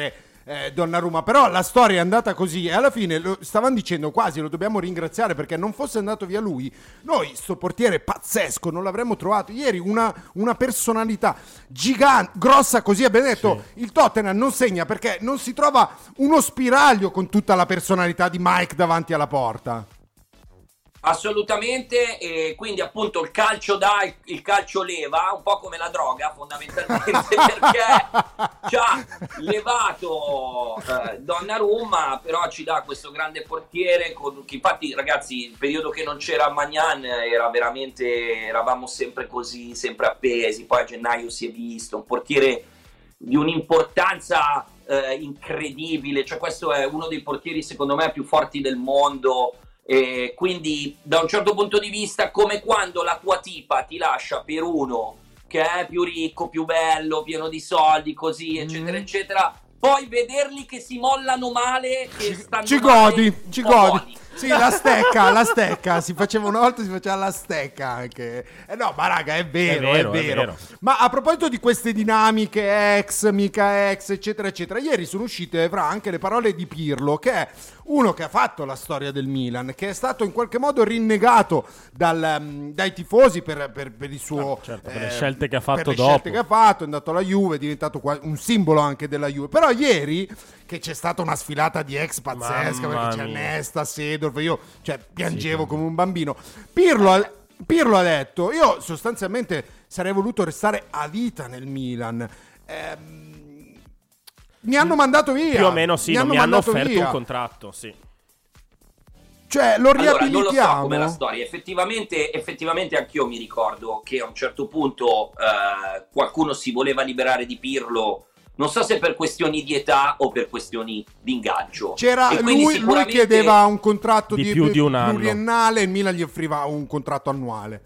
Donnarumma, però la storia è andata così e alla fine stavano dicendo quasi lo dobbiamo ringraziare, perché non fosse andato via lui, noi sto portiere pazzesco non l'avremmo trovato. Ieri una personalità gigante, grossa così, abbiamo detto il Tottenham non segna perché non si trova uno spiraglio con tutta la personalità di Mike davanti alla porta. Assolutamente, e quindi appunto il calcio dà, il calcio leva, un po' come la droga fondamentalmente, perché ci ha levato Donnarumma, però ci dà questo grande portiere, che infatti ragazzi il periodo che non c'era Maignan era veramente, eravamo sempre così, sempre appesi, poi a gennaio si è visto, un portiere di un'importanza incredibile, cioè questo è uno dei portieri secondo me più forti del mondo. E quindi da un certo punto di vista, come quando la tua tipa ti lascia per uno che è più ricco, più bello, pieno di soldi, così eccetera eccetera, poi vederli che si mollano male, che stanno ci male, godi. Sì, la stecca, si faceva una volta, si faceva la stecca anche. No, ma raga, è vero. Ma a proposito di queste dinamiche ex, mica ex, eccetera, eccetera, ieri sono uscite anche le parole di Pirlo, che è uno che ha fatto la storia del Milan, che è stato in qualche modo rinnegato dai tifosi per il suo... certo, per le scelte che ha fatto per le dopo. scelte che ha fatto, è andato alla Juve, è diventato un simbolo anche della Juve. Però ieri, che c'è stata una sfilata di ex pazzesca, perché c'è Nesta, Seedorf, io piangevo come un bambino. Pirlo ha detto, io sostanzialmente sarei voluto restare a vita nel Milan. Mi hanno mandato via. Più o meno sì, mi hanno offerto un contratto, sì. Cioè, lo riabilitiamo. Allora, non lo so com'è la storia. Effettivamente anch'io mi ricordo che a un certo punto qualcuno si voleva liberare di Pirlo. Non so se per questioni di età o per questioni di ingaggio. Lui chiedeva un contratto di più di un anno pluriennale e il Milan gli offriva un contratto annuale.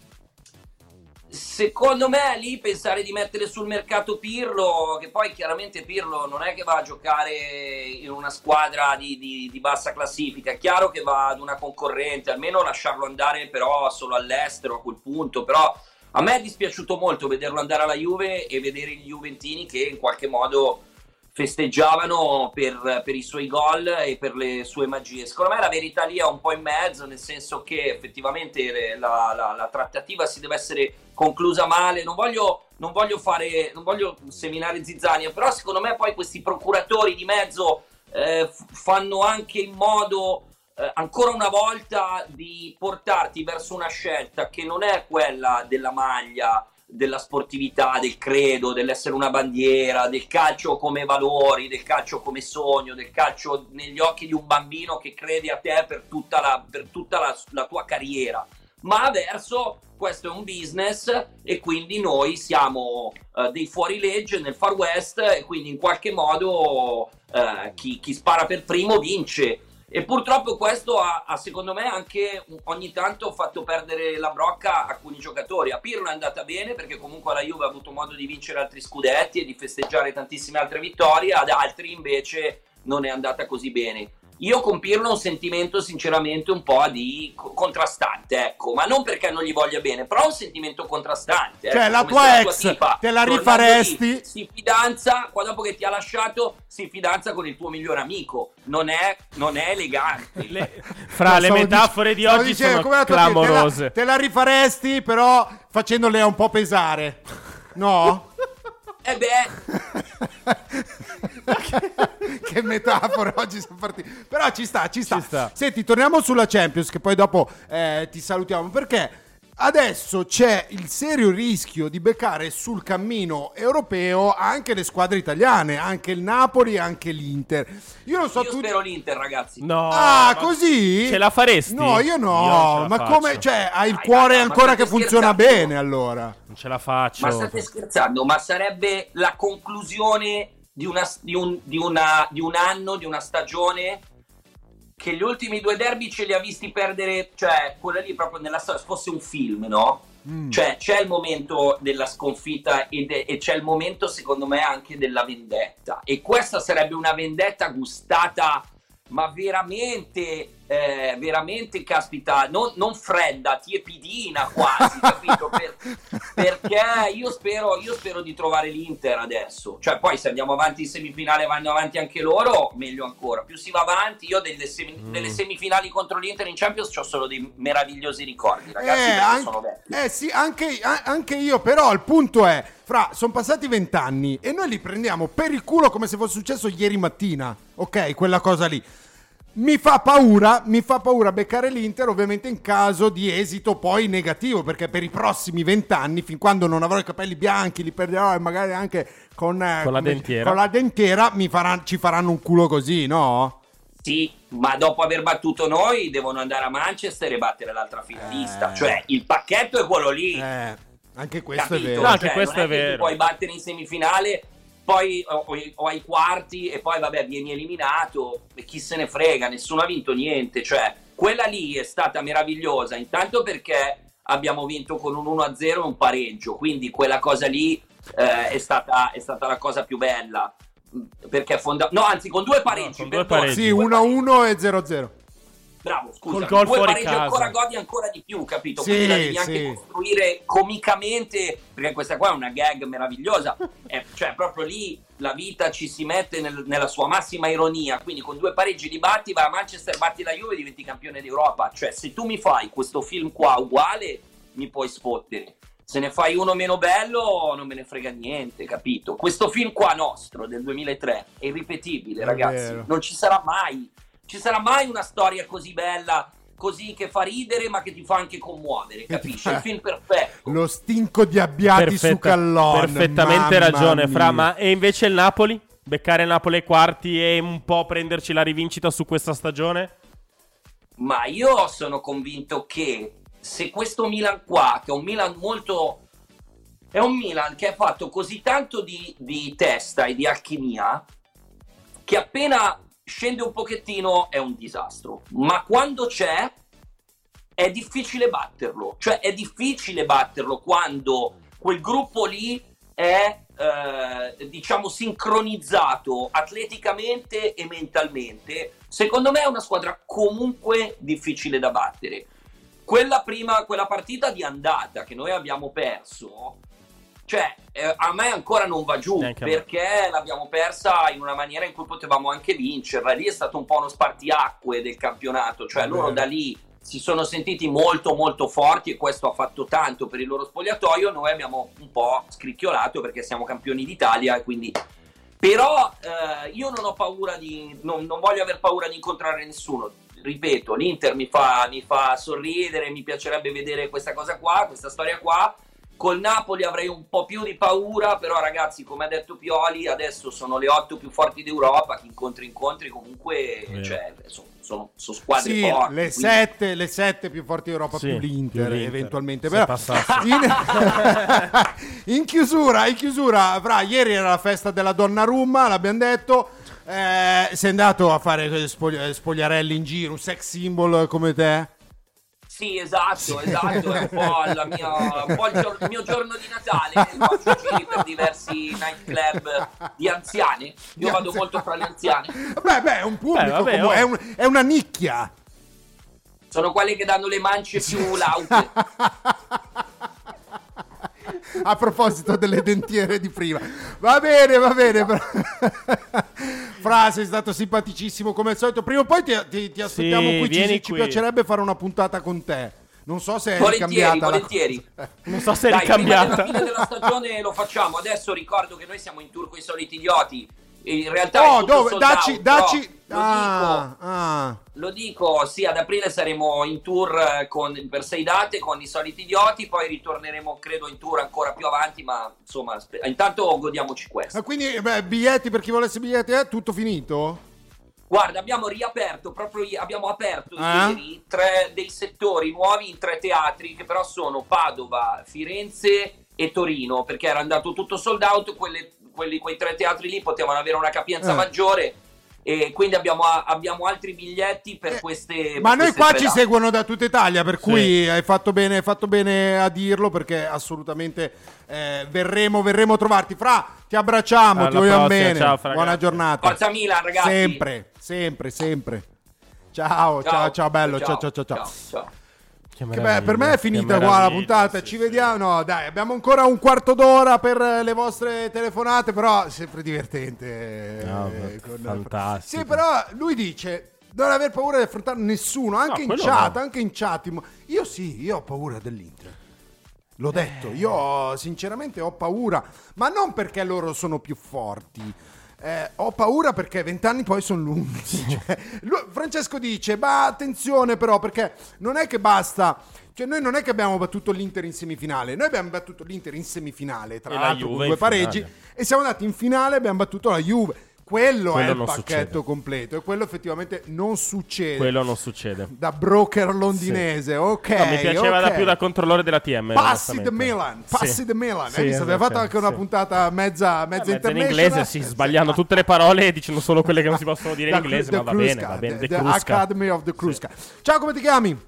Secondo me lì pensare di mettere sul mercato Pirlo, che poi chiaramente Pirlo non è che va a giocare in una squadra di bassa classifica, è chiaro che va ad una concorrente, almeno lasciarlo andare però solo all'estero a quel punto. Però a me è dispiaciuto molto vederlo andare alla Juve e vedere gli juventini che in qualche modo festeggiavano per i suoi gol e per le sue magie. Secondo me la verità lì è un po' in mezzo, nel senso che effettivamente la trattativa si deve essere conclusa male. Non voglio seminare zizzania, però secondo me poi questi procuratori di mezzo fanno anche in modo ancora una volta di portarti verso una scelta che non è quella della maglia, della sportività, del credo, dell'essere una bandiera, del calcio come valori, del calcio come sogno, del calcio negli occhi di un bambino che crede a te per tutta la tua carriera, ma verso questo è un business e quindi noi siamo dei fuorilegge nel Far West e quindi in qualche modo chi spara per primo vince. E purtroppo questo ha secondo me anche ogni tanto fatto perdere la brocca a alcuni giocatori. A Pirlo è andata bene perché comunque la Juve ha avuto modo di vincere altri scudetti e di festeggiare tantissime altre vittorie, ad altri invece non è andata così bene. Io con Pirlo ho un sentimento sinceramente un po' di contrastante, ecco, ma non perché non gli voglia bene, però un sentimento contrastante. Cioè, ecco, la tua ex te la rifaresti? Si fidanza, dopo che ti ha lasciato, si fidanza con il tuo migliore amico. Non è elegante. Fra le metafore di oggi sono clamorose. Te la rifaresti, però facendole un po' pesare, no? Che metafora, oggi sono partiti. Però ci sta. Senti, torniamo sulla Champions, che poi dopo ti salutiamo, perché adesso c'è il serio rischio di beccare sul cammino europeo anche le squadre italiane, anche il Napoli, anche l'Inter. Io spero l'Inter, ragazzi. No. Così? Ce la faresti? No, io no. Ma come? Cioè, hai il cuore ancora che funziona bene, allora? Non ce la faccio. Ma state scherzando? Ma sarebbe la conclusione di un anno, di una stagione, che gli ultimi 2 derby ce li ha visti perdere, cioè quella lì proprio nella storia, fosse un film, no? Cioè c'è il momento della sconfitta e c'è il momento secondo me anche della vendetta, e questa sarebbe una vendetta gustata ma veramente veramente, caspita, non fredda, tiepidina quasi, capito? Perché io spero di trovare l'Inter adesso, cioè poi se andiamo avanti in semifinale vanno avanti anche loro, meglio ancora, più si va avanti. Io delle semifinali contro l'Inter in Champions ho solo dei meravigliosi ricordi, ragazzi, perché sono vecchi. Sì, anche io, però il punto è, sono passati 20 anni e noi li prendiamo per il culo come se fosse successo ieri mattina, ok? Quella cosa lì. Mi fa paura beccare l'Inter, ovviamente in caso di esito poi negativo, perché per i prossimi 20 anni, fin quando non avrò i capelli bianchi, li perderò e magari anche con la dentiera ci faranno un culo così, no? Sì, ma dopo aver battuto noi devono andare a Manchester e battere l'altra finalista, cioè il pacchetto è quello lì. Anche questo capito? è vero. No, anche cioè, questo non è vero. Che puoi battere in semifinale, poi o ai quarti e poi vabbè vieni eliminato e chi se ne frega, nessuno ha vinto niente. Cioè quella lì è stata meravigliosa, intanto perché abbiamo vinto con un 1-0 e un pareggio, quindi quella cosa lì è stata la cosa più bella, perché anzi con due pareggi, con due pareggi. Sì, 1-1 e 0-0. Bravo, scusa, Col gol due fuori pareggi casa. ancora godi ancora di più, capito? Sì, Quindi la devi anche sì. costruire comicamente, perché questa qua è una gag meravigliosa. Cioè proprio lì la vita ci si mette nella sua massima ironia, quindi con due pareggi li batti, vai a Manchester, batti la Juve e diventi campione d'Europa. Cioè se tu mi fai questo film qua uguale mi puoi sfottere, se ne fai uno meno bello non me ne frega niente, capito? Questo film qua nostro del 2003 è irripetibile, ragazzi, vero. non ci sarà mai una storia così bella, così che fa ridere ma che ti fa anche commuovere, capisci? Il film perfetto. Lo stinco di Abbiati su Callon. Perfettamente mamma ragione, Fra. mia. Ma e invece il Napoli? Beccare il Napoli ai quarti e un po' prenderci la rivincita su questa stagione? Ma io sono convinto che se questo Milan qua, che è un Milan è un Milan che ha fatto così tanto di testa e di alchimia, che appena scende un pochettino è un disastro, ma quando c'è è difficile batterlo, cioè è difficile batterlo quando quel gruppo lì è diciamo sincronizzato atleticamente e mentalmente. Secondo me è una squadra comunque difficile da battere. Quella partita di andata che noi abbiamo perso, cioè a me ancora non va giù, perché l'abbiamo persa in una maniera in cui potevamo anche vincerla. Lì è stato un po' uno spartiacque del campionato, cioè loro da lì si sono sentiti molto molto forti e questo ha fatto tanto per il loro spogliatoio. Noi abbiamo un po' scricchiolato perché siamo campioni d'Italia e quindi però io non ho paura non voglio aver paura di incontrare nessuno. Ripeto, l'Inter mi fa sorridere, mi piacerebbe vedere questa cosa qua, questa storia qua. Col Napoli avrei un po' più di paura, però ragazzi, come ha detto Pioli, adesso sono le 8 più forti d'Europa, chi incontri comunque, cioè, sono squadre sì, forti. Le 7 più forti d'Europa, sì, più l'Inter, eventualmente. Se Però, in chiusura, Fra, ieri era la festa della Donnarumma, l'abbiamo detto, sei andato a fare spogliarelli in giro, un sex symbol come te? Sì, esatto, è un po' il mio giorno di Natale, faccio giri per diversi nightclub di anziani, io vado molto fra le anziane. Beh, è un pubblico, è una nicchia. Sono quelli che danno le mance più laute. A proposito delle dentiere di prima, va bene. Fra, sei stato simpaticissimo come al solito. Prima o poi ti aspettiamo qui. Ci piacerebbe fare una puntata con te. Non so se è ricambiata. Volentieri. Non so se è ricambiata. Prima della fine della stagione lo facciamo. Adesso ricordo che noi siamo in tour con i soliti idioti. In realtà lo dico, sì, ad aprile saremo in tour per 6 date con i soliti idioti, poi ritorneremo credo in tour ancora più avanti, ma insomma intanto godiamoci questo. Quindi biglietti, per chi volesse biglietti, è tutto finito? Guarda, abbiamo aperto ieri 3 dei settori nuovi in 3 teatri che però sono Padova, Firenze e Torino, perché era andato tutto sold out. Quei 3 teatri lì potevano avere una capienza maggiore e quindi abbiamo altri biglietti per queste. Ma noi qua ci date. seguono da tutta Italia, per cui hai fatto bene a dirlo, perché assolutamente verremo a trovarti. Fra, ti abbracciamo, ti vogliamo bene. Ciao, buona giornata. Forza Milan, ragazzi. Sempre. Ciao bello. Ciao. Che Per me è finita qua la puntata. Ci vediamo. No, dai, abbiamo ancora un quarto d'ora per le vostre telefonate. Però sempre divertente. Fantastico. Sì, però lui dice non aver paura di affrontare nessuno, anche in chat. Io ho paura dell'Inter. L'ho detto, io sinceramente ho paura, ma non perché loro sono più forti. Ho paura perché 20 anni poi sono lunghi. Francesco dice: ma attenzione però, perché non è che basta. Cioè, noi non è che abbiamo battuto l'Inter in semifinale, noi abbiamo battuto l'Inter in semifinale, tra l'altro con 2 pareggi, e siamo andati in finale e abbiamo battuto la Juve. Quello è il pacchetto completo, e quello effettivamente non succede. Quello non succede. Da broker londinese, sì. Ok. No, mi piaceva da più da controllore della TM. Passi the Milan. Abbiamo fatto anche una puntata mezza international. In inglese, sì, sbagliando tutte le parole e dicendo solo quelle che non si possono dire in inglese, ma va bene. The Academy of the Kruska. Ciao, come ti chiami?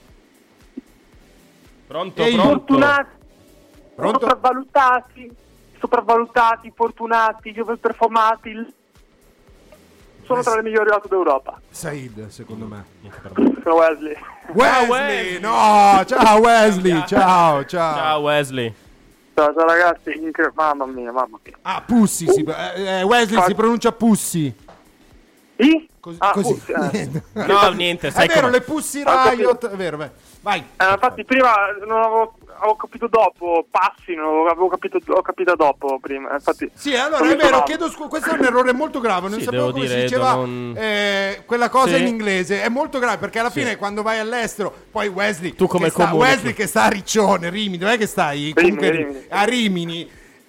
Pronto? Fortunati, Pronto? sopravvalutati, fortunati, overperformati. Sono tra le migliori auto d'Europa. Said, secondo me. Sono Wesley. Wesley, no, ciao Wesley, ciao. Ciao Wesley. Ciao ragazzi, mamma mia. Ah, Pussy, Wesley si pronuncia Pussy. Così. Pussy, No, niente, sai è vero, come... le Pussy Riot, è vero, vai. Infatti prima non avevo capito dopo, passi, non avevo capito, ho capito dopo prima. Infatti, sì, allora è vero, chiedo scusa, questo è un errore molto grave, non sapevo come si diceva quella cosa in inglese, è molto grave perché alla fine quando vai all'estero, poi Wesley, tu come Wesley che sta a Riccione, Rimini, dov'è che stai? Rimini. A Rimini.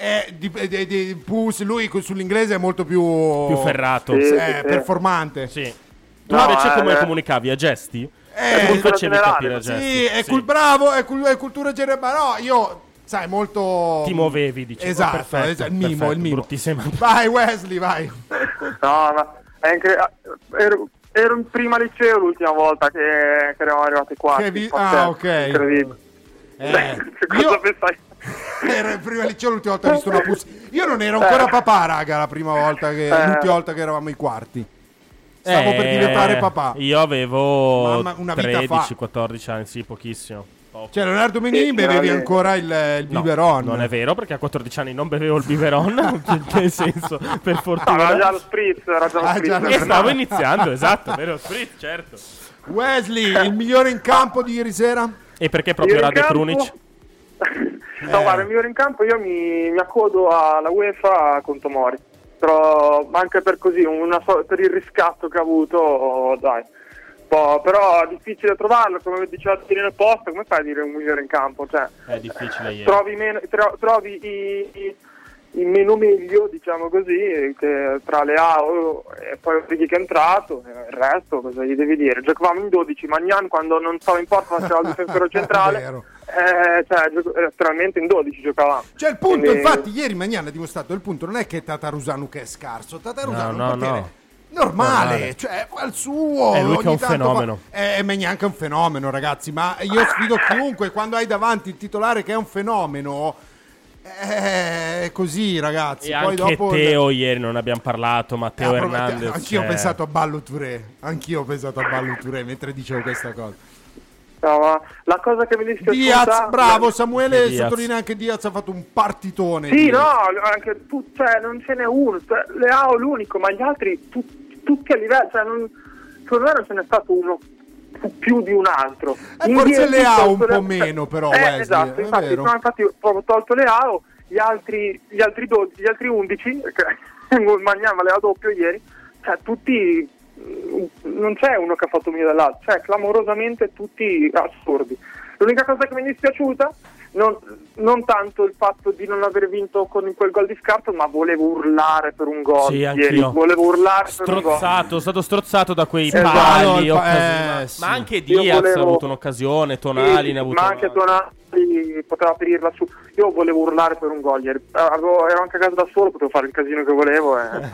Lui sull'inglese è molto più ferrato, performante. Sì. Tu invece come comunicavi? A gesti? Facevi capire a gesti. Sì, è bravo, è cultura generale. Ma no, io, sai, molto... Ti muovevi, diciamo. Esatto, perfetto, il mimo. bruttissimo. Vai Wesley, vai. No, ma ero in prima liceo l'ultima volta che eravamo arrivati qua. Ok. Incredibile. Io ero in prima liceo l'ultima volta che ho visto una Pussy. Io non ero ancora papà, raga, l'ultima volta che eravamo ai quarti. Stavo per diventare papà. Io avevo una vita 13-14 anni, sì, pochissimo. Cioè, Leonardo Menini bevevi ancora il biberon? Non è vero, perché a 14 anni non bevevo il biberon. Nel senso, per fortuna. Era già lo spritz. E stavo iniziando, esatto, vero, spritz, certo. Wesley, il migliore in campo di ieri sera? E perché proprio Rade Krunic? No, guarda, il migliore in campo io mi accodo alla UEFA con Tomori. Però anche per così, per il riscatto che ha avuto, dai. Però è difficile trovarlo, come diceva Tirino Posta, come fai a dire un migliore in campo? Cioè, è difficile ieri. Trovi il meno meglio, diciamo così, che tra Leao e poi Origi che è entrato, il resto cosa gli devi dire? Giocavamo in 12, Magnan quando non stava in porta faceva il difensore centrale. Letteralmente in 12 giocavamo. Cioè il punto, infatti ieri Magnan ha dimostrato, il punto non è che Tatarusanu che è scarso, Tatarusanu è un portiere normale, cioè al suo, è lui che è un fenomeno. È Magnan che è un fenomeno, ragazzi, ma io sfido chiunque, quando hai davanti il titolare che è un fenomeno, è così, ragazzi. E poi anche dopo Teo ieri non abbiamo parlato, Matteo Hernandez. Anch'io ho pensato a Ballo Touré, mentre dicevo questa cosa. No, ma la cosa che mi dispiace Diaz, bravo, Samuele sottolinea anche Diaz ha fatto un partitone. Sì, no, anche tu, cioè non ce n'è uno, cioè, Leao l'unico, ma gli altri tutti a livello, cioè secondo me non ce n'è stato uno più di un altro. Forse Leao un po' meno, però Wesley, esatto, infatti ho tolto Leao, gli altri 11 Magnan valeva doppio ieri, cioè tutti, non c'è uno che ha fatto meglio dell'altro, cioè clamorosamente tutti assurdi. L'unica cosa che mi è dispiaciuta non tanto il fatto di non aver vinto con quel gol di scarto, ma volevo urlare per un gol. Sì, anch'io. Volevo urlare per un gol. Sono stato strozzato da quei pali, sì. ma anche Diaz ha avuto un'occasione, Tonali ne ha avuto. Ma anche Tonali poteva aprirla su. Io volevo urlare per un gol ieri. Ero anche a casa da solo, potevo fare il casino che volevo.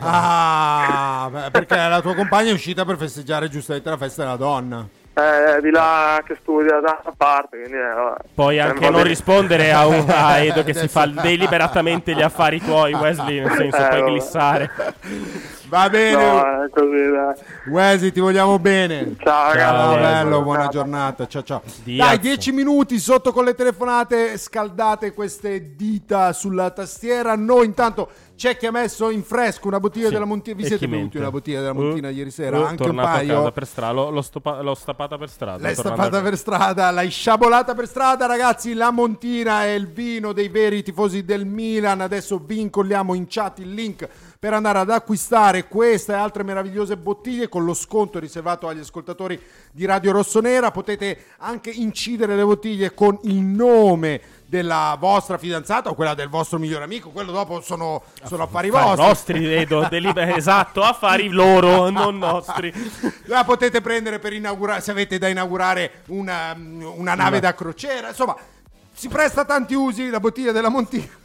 Perché la tua compagna è uscita per festeggiare giustamente la festa della donna. Di là che studia da una parte, quindi, poi anche non rispondere a Edo che si fa deliberatamente gli affari tuoi, Wesley, nel senso puoi glissare. Va bene. No, così, dai. Wesley, ti vogliamo bene. Ciao, Ciao, ragazzi. bello, buona giornata. Ciao, ciao. Diaz. Dai, 10 minuti sotto con le telefonate, scaldate queste dita sulla tastiera. Noi intanto c'è chi ha messo in fresco una bottiglia della Montina. Vi siete bevuti una bottiglia della Montina ieri sera? Anche un tornato paio. a casa per strada, l'ho stappata per strada. L'hai stappata per strada, l'hai sciabolata per strada, ragazzi. La Montina è il vino dei veri tifosi del Milan. Adesso vi incolliamo in chat il link per andare ad acquistare questa e altre meravigliose bottiglie con lo sconto riservato agli ascoltatori di Radio Rossonera. Potete anche incidere le bottiglie con il nome della vostra fidanzata o quella del vostro migliore amico. Quello dopo sono affari vostri. Nostri, vedo, esatto, affari loro, non nostri. La potete prendere per inaugurare, se avete da inaugurare una nave da crociera. Insomma, si presta a tanti usi la bottiglia della Montina.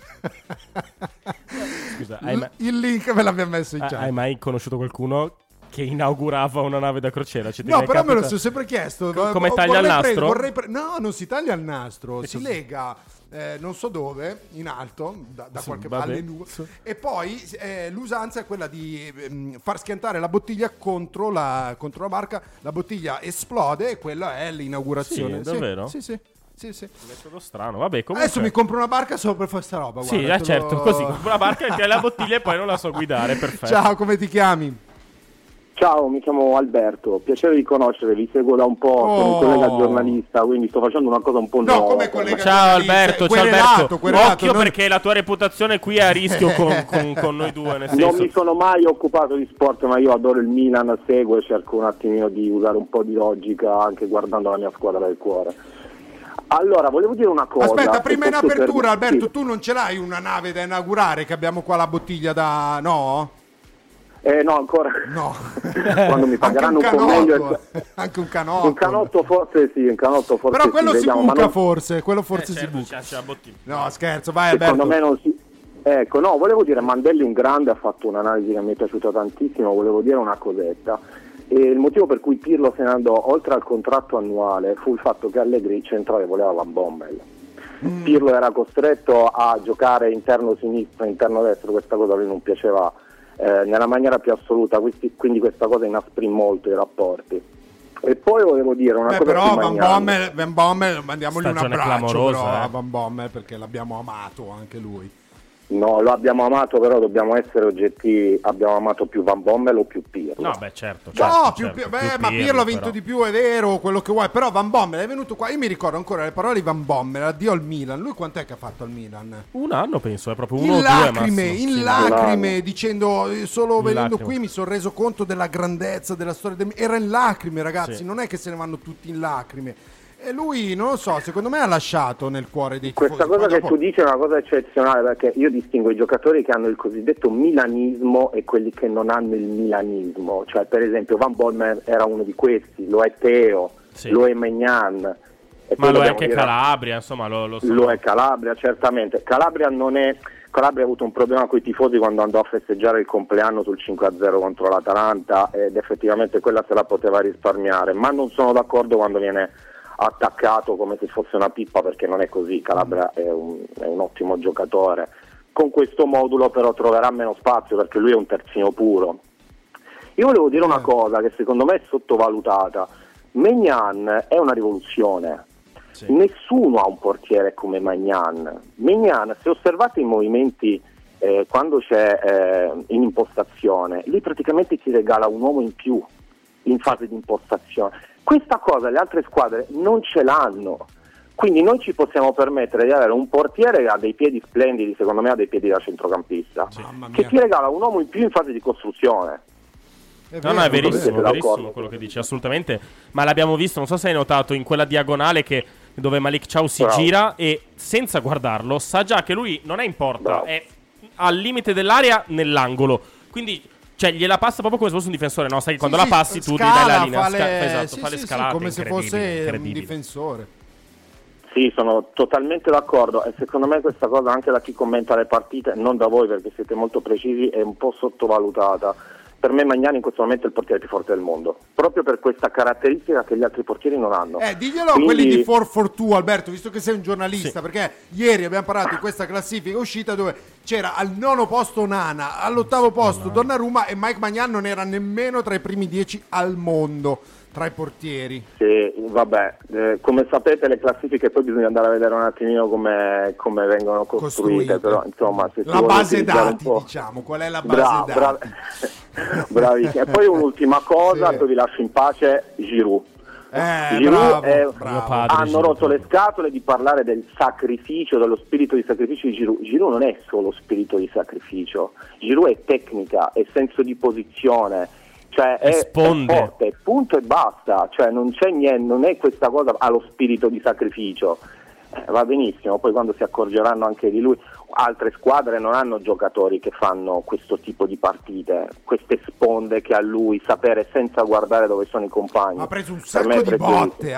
Scusa, il link ve l'abbiamo messo in chat. Hai mai conosciuto qualcuno che inaugurava una nave da crociera? No, però me lo sono sempre chiesto. Come taglia il nastro? No, non si taglia il nastro, si lega non so dove, in alto, da qualche parte, e poi l'usanza è quella di far schiantare la bottiglia contro la barca, la bottiglia esplode e quella è l'inaugurazione. Sì, davvero? Sì. È metodo strano. Vabbè, comunque... Adesso mi compro una barca solo per fare sta roba. Sì, certo, così compro una barca, tieni la bottiglia e poi non la so guidare. Perfetto. Ciao, come ti chiami? Ciao, mi chiamo Alberto, piacere di conoscere, vi seguo da un po', sono un collega giornalista, quindi sto facendo una cosa un po' nuova. Come collega ciao Alberto, querelato, occhio perché la tua reputazione qui è a rischio con noi due, nel senso. Non mi sono mai occupato di sport, ma io adoro il Milan, seguo e cerco un attimino di usare un po' di logica anche guardando la mia squadra del cuore. Allora, volevo dire una cosa. Aspetta, prima in apertura, Alberto, tu non ce l'hai una nave da inaugurare, che abbiamo qua la bottiglia da... no? No, ancora no. Quando mi pagheranno un po' meglio anche un canotto. Un canotto forse sì, però quello sì, si vediamo, buca non... forse, quello forse certo, si buca. No, scherzo, vai Alberto. Secondo me non si... Ecco, no, volevo dire, Mandelli un grande, ha fatto un'analisi che mi è piaciuta tantissimo, volevo dire una cosetta. E il motivo per cui Pirlo se ne andò, oltre al contratto annuale, fu il fatto che Allegri centrale voleva Van Bommel. Pirlo era costretto a giocare interno sinistro, interno destro, questa cosa a lui non piaceva nella maniera più assoluta, quindi questa cosa inasprì molto i rapporti. E poi volevo dire una cosa però su Van Bommel mandiamogli un abbraccio però, a eh. Van Bommel, perché l'abbiamo amato anche lui. No, lo abbiamo amato, però dobbiamo essere oggettivi. Abbiamo amato più Van Bommel o più Pirlo? No, beh, certo. Ma Pirlo ha vinto di più, è vero, quello che vuoi. Però Van Bommel è venuto qua. Io mi ricordo ancora le parole di Van Bommel, addio al Milan. Lui quant'è che ha fatto al Milan? Un anno, penso, è proprio uno in o lacrime, due in lacrime, dicendo solo venendo qui mi sono reso conto della grandezza della storia del Milan. Era in lacrime, ragazzi, non è che se ne vanno tutti in lacrime. E lui, non lo so, secondo me ha lasciato nel cuore dei tifosi. Questa cosa che tu dici è una cosa eccezionale, perché io distingo i giocatori che hanno il cosiddetto milanismo e quelli che non hanno il milanismo. Cioè, per esempio, Van Bommel era uno di questi, lo è Teo, lo è Maignan. Ma lo è anche Calabria, insomma, lo è Calabria, certamente. Calabria ha avuto un problema con i tifosi quando andò a festeggiare il compleanno sul 5-0 contro l'Atalanta, ed effettivamente quella se la poteva risparmiare, ma non sono d'accordo quando viene attaccato come se fosse una pippa, perché non è così. Calabria è un ottimo giocatore, con questo modulo però troverà meno spazio perché lui è un terzino puro. Io volevo dire una cosa che secondo me è sottovalutata. Maignan è una rivoluzione. Nessuno ha un portiere come Maignan. Maignan, se osservate i movimenti quando c'è in impostazione, lui praticamente ti regala un uomo in più in fase di impostazione. Questa cosa le altre squadre non ce l'hanno, quindi noi ci possiamo permettere di avere un portiere che ha dei piedi splendidi, secondo me ha dei piedi da centrocampista, che ti regala un uomo in più in fase di costruzione. No, è verissimo quello che dici, assolutamente. Ma l'abbiamo visto, non so se hai notato, in quella diagonale dove Malik Thiaw si gira e senza guardarlo sa già che lui non è in porta, è al limite dell'area nell'angolo, quindi gliela passa proprio come se fosse un difensore, no? Sai che quando la passi tu scala, gli dai la linea, fa le scalate, come se fosse un difensore. Sì, sono totalmente d'accordo, e secondo me questa cosa anche da chi commenta le partite, non da voi perché siete molto precisi, è un po' sottovalutata. per me Magnani in questo momento è il portiere più forte del mondo, proprio per questa caratteristica che gli altri portieri non hanno. Diglielo a quelli di 442, Alberto, visto che sei un giornalista, perché ieri abbiamo parlato di questa classifica uscita dove c'era al 9° posto Onana, all'8° posto Donnarumma e Mike Maignan non era nemmeno tra i primi 10 al mondo tra i portieri. Sì, vabbè, come sapete le classifiche poi bisogna andare a vedere un attimino come vengono costruite, però insomma se la base dati, diciamo, qual è la base dati? Bravissimo. E poi un'ultima cosa, poi vi lascio in pace, Giroud. Bravo. Hanno rotto le scatole di parlare del sacrificio, dello spirito di sacrificio di Giroud. Giroud non è solo spirito di sacrificio, Giroud è tecnica, è senso di posizione, cioè è forte, punto e basta, cioè non c'è niente, non è questa cosa allo spirito di sacrificio. Va benissimo, poi quando si accorgeranno anche di lui, altre squadre non hanno giocatori che fanno questo tipo di partite, queste sponde che ha lui, sapere senza guardare dove sono i compagni. Ha preso un sacco di botte,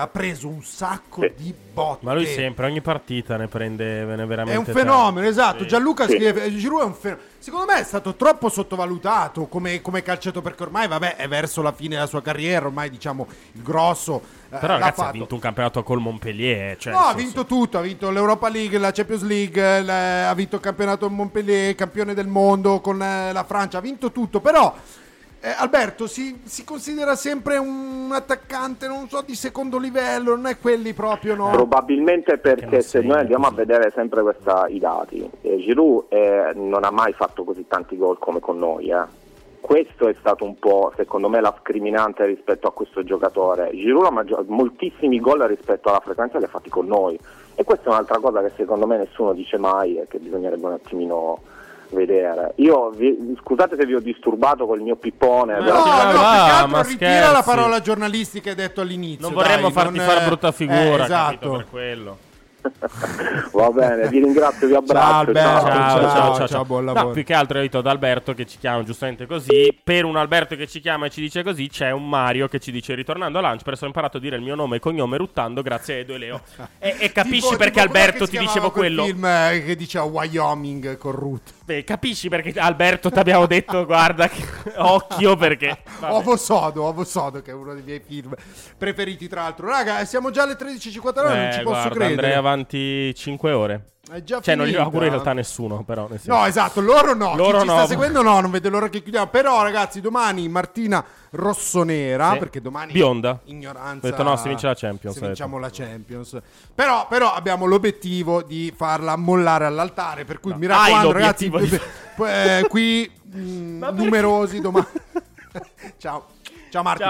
di botte. Ma lui sempre, ogni partita ne prende veramente. È un fenomeno, esatto. Sì. Gianluca scrive, Giroud è un fenomeno. Secondo me è stato troppo sottovalutato come calciatore, perché ormai è verso la fine della sua carriera, ormai diciamo il grosso. Però ragazzi ha vinto un campionato col Montpellier, cioè, ha vinto tutto, ha vinto l'Europa League, la Champions League, ha vinto il campionato Montpellier, campione del mondo con la Francia, ha vinto tutto, però Alberto si considera sempre un attaccante, non so, di secondo livello, non è quelli proprio, no? Probabilmente perché se noi andiamo a vedere sempre i dati, Giroud non ha mai fatto così tanti gol come con noi, Questo è stato un po', secondo me, la scriminante rispetto a questo giocatore. Giroud ha moltissimi gol rispetto alla frequenza che ha fatti con noi, e questa è un'altra cosa che secondo me nessuno dice mai e che bisognerebbe un attimino vedere. Scusate se vi ho disturbato col mio pippone. No, ritira la parola giornalistica che hai detto all'inizio. Non vorremmo farti fare brutta figura, esatto. Per quello. Va bene, vi ringrazio, vi abbraccio. Ciao, buon lavoro. No, più che altro ho detto ad Alberto che ci chiama giustamente così. Per un Alberto che ci chiama e ci dice così, c'è un Mario che ci dice: ritornando a Lunchpress ho imparato a dire il mio nome e cognome ruttando grazie a Edo e Leo. E capisci perché Alberto ti dicevo quello? Film che diceva Wyoming con Ruth. Beh, capisci perché Alberto ti abbiamo detto guarda che occhio perché Ovo Sodo che è uno dei miei film preferiti, tra l'altro. Raga, siamo già alle 13:59, non ci posso credere. Andrei avanti 5 ore. È già finita. Non gli auguro in realtà nessuno, però no, esatto, loro no. Chi ci sta seguendo non vede l'ora che chiudiamo. Però ragazzi, domani Martina rossonera, perché domani bionda. Ignoranza. Ho detto no, si vince la Champions. Se vinciamo la Champions. Però abbiamo l'obiettivo di farla mollare all'altare, per cui mi raccomando ragazzi, qui numerosi domani. Ciao Marco.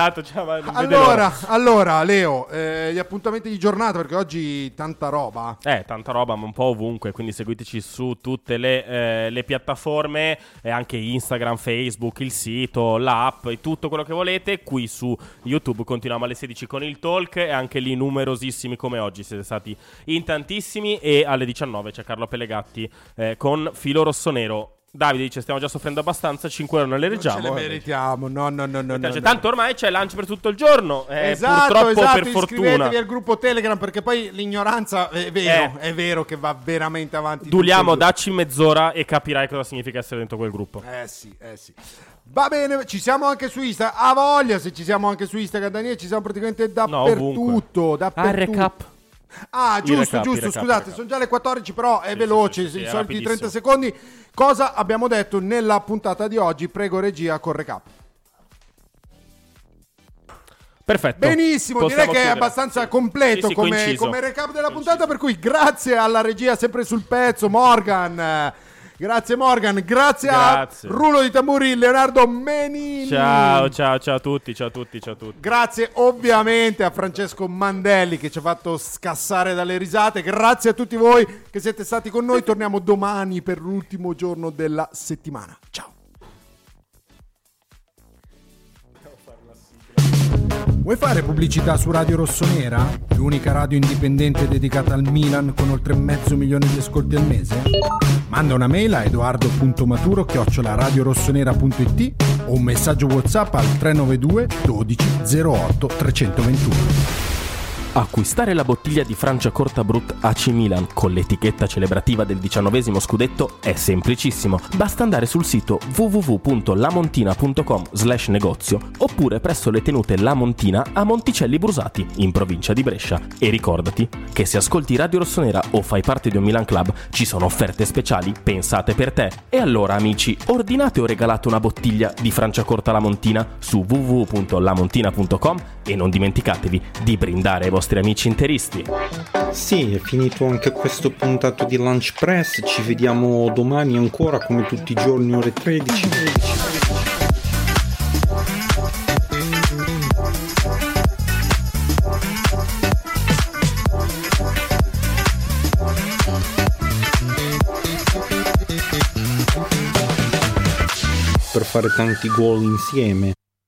Allora Leo, gli appuntamenti di giornata, perché oggi tanta roba. Tanta roba, ma un po' ovunque, quindi seguiteci su tutte le piattaforme, anche Instagram, Facebook, il sito, l'app e tutto quello che volete. Qui su YouTube continuiamo alle 16 con il talk, e anche lì numerosissimi come oggi, siete stati in tantissimi, e alle 19 c'è Carlo Pellegatti con Filo Rossonero. Davide dice stiamo già soffrendo abbastanza, 5 ore non le reggiamo. Non ce le meritiamo, no. Tanto ormai c'è lunch per tutto il giorno, esatto, purtroppo per fortuna. Iscrivetevi al gruppo Telegram, perché poi l'ignoranza è vero che va veramente avanti. Duliamo, dacci mezz'ora e capirai cosa significa essere dentro quel gruppo. Sì. Va bene, ci siamo anche su Instagram. Ha voglia, se ci siamo anche su Instagram, Daniele, ci siamo praticamente dappertutto. Recap. Giusto, scusate, sono già le 14, però è veloce, i soliti 30 secondi. Cosa abbiamo detto nella puntata di oggi? Prego regia col recap. Perfetto. Benissimo, direi che è abbastanza completo come recap della puntata, per cui grazie alla regia sempre sul pezzo, Morgan. Grazie Morgan, grazie a Rullo di Tamburi, Leonardo Menini. Ciao a tutti. Grazie ovviamente a Francesco Mandelli che ci ha fatto scassare dalle risate. Grazie a tutti voi che siete stati con noi. Torniamo domani per l'ultimo giorno della settimana. Ciao. Vuoi fare pubblicità su Radio Rossonera? L'unica radio indipendente dedicata al Milan con oltre 500.000 di ascolti al mese? Manda una mail a edoardo.maturo@radiorossonera.it o un messaggio WhatsApp al 392 12 08 321. Acquistare la bottiglia di Franciacorta Brut AC Milan con l'etichetta celebrativa del 19° scudetto è semplicissimo. Basta andare sul sito www.lamontina.com/negozio oppure presso le tenute La Montina a Monticelli Brusati, in provincia di Brescia. E ricordati che se ascolti Radio Rossonera o fai parte di un Milan Club ci sono offerte speciali pensate per te. E allora amici, ordinate o regalate una bottiglia di Franciacorta La Montina su www.lamontina.com e non dimenticatevi di brindare ai vostri amici interisti. Sì, è finito anche questo puntato di Lunch Press, ci vediamo domani ancora come tutti i giorni ore 13. Per fare tanti gol insieme.